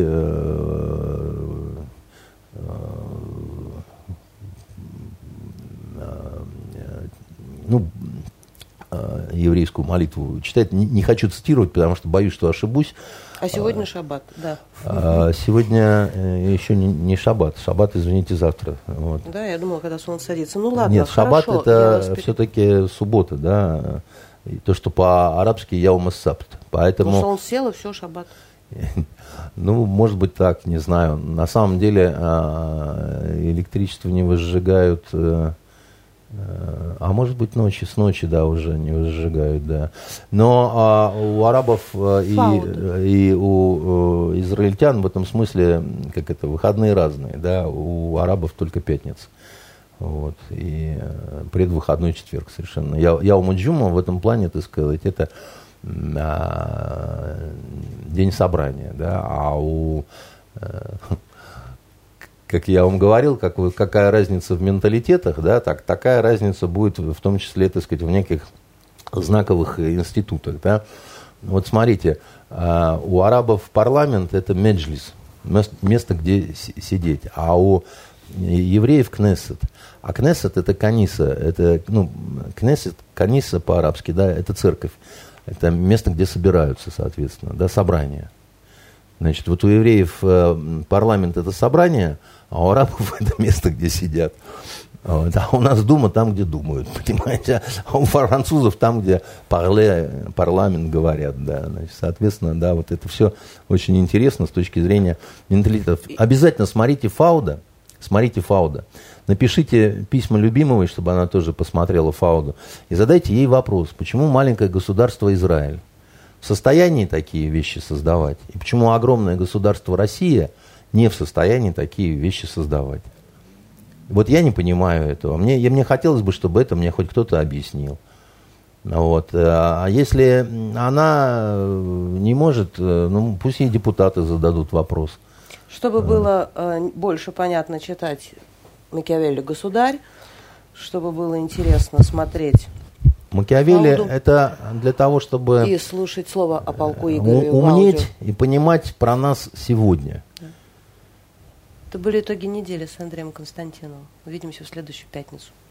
ну, еврейскую молитву читает. Не, не хочу цитировать, потому что боюсь, что ошибусь. А сегодня а, шаббат, да. А, сегодня еще не, не шаббат. Шаббат, извините, завтра. Вот. Да, я думала, когда солнце садится. Ну ладно, Нет, хорошо. шаббат это все-таки суббота, да. И то, что по-арабски яум ас-сабт. Поэтому... Ну, солнце село, все, шаббат. Ну, может быть так, не знаю. На самом деле электричество не возжигают... А может быть ночи, с ночи, да, уже не возжигают, да. Но а, у арабов а, и, и у а, израильтян в этом смысле, как это, выходные разные, да. У арабов только пятница. Вот. И а, предвыходной четверг совершенно. Я, я у Маджума в этом плане, так сказать, это а, день собрания, да. А у... А, как я вам говорил, как вы, какая разница в менталитетах, да, так, такая разница будет в том числе, так сказать, в неких знаковых институтах. Да. Вот смотрите, у арабов парламент – это меджлис, место, где сидеть, а у евреев Кнессет. А Кнессет это каниса, это, ну, Кнессет, каниса по-арабски, да, это церковь. Это место, где собираются, соответственно, да, собрания. Значит, вот у евреев э, парламент это собрание, а у арабов это место, где сидят. Вот. А у нас дума там, где думают, понимаете? А у французов там, где парле, парламент говорят, да. Значит, соответственно, да, вот это все очень интересно с точки зрения менталитета. Обязательно смотрите Фауда, смотрите Фауда. Напишите письма Любимовой, чтобы она тоже посмотрела Фауду, и задайте ей вопрос, почему маленькое государство Израиль в состоянии такие вещи создавать, и почему огромное государство Россия не в состоянии такие вещи создавать. Вот я не понимаю этого. Мне, мне хотелось бы, чтобы это мне хоть кто-то объяснил. Вот. А если она не может, ну, пусть ей депутаты зададут вопрос. Чтобы было э, больше понятно читать Макиавелли «Государь», чтобы было интересно смотреть Макиавелли Фауду, это для того, чтобы и слушать слово о полку Игореве умнеть Ваудю. и понимать про нас сегодня. Это были итоги недели с Андреем Константиновым. Увидимся в следующую пятницу.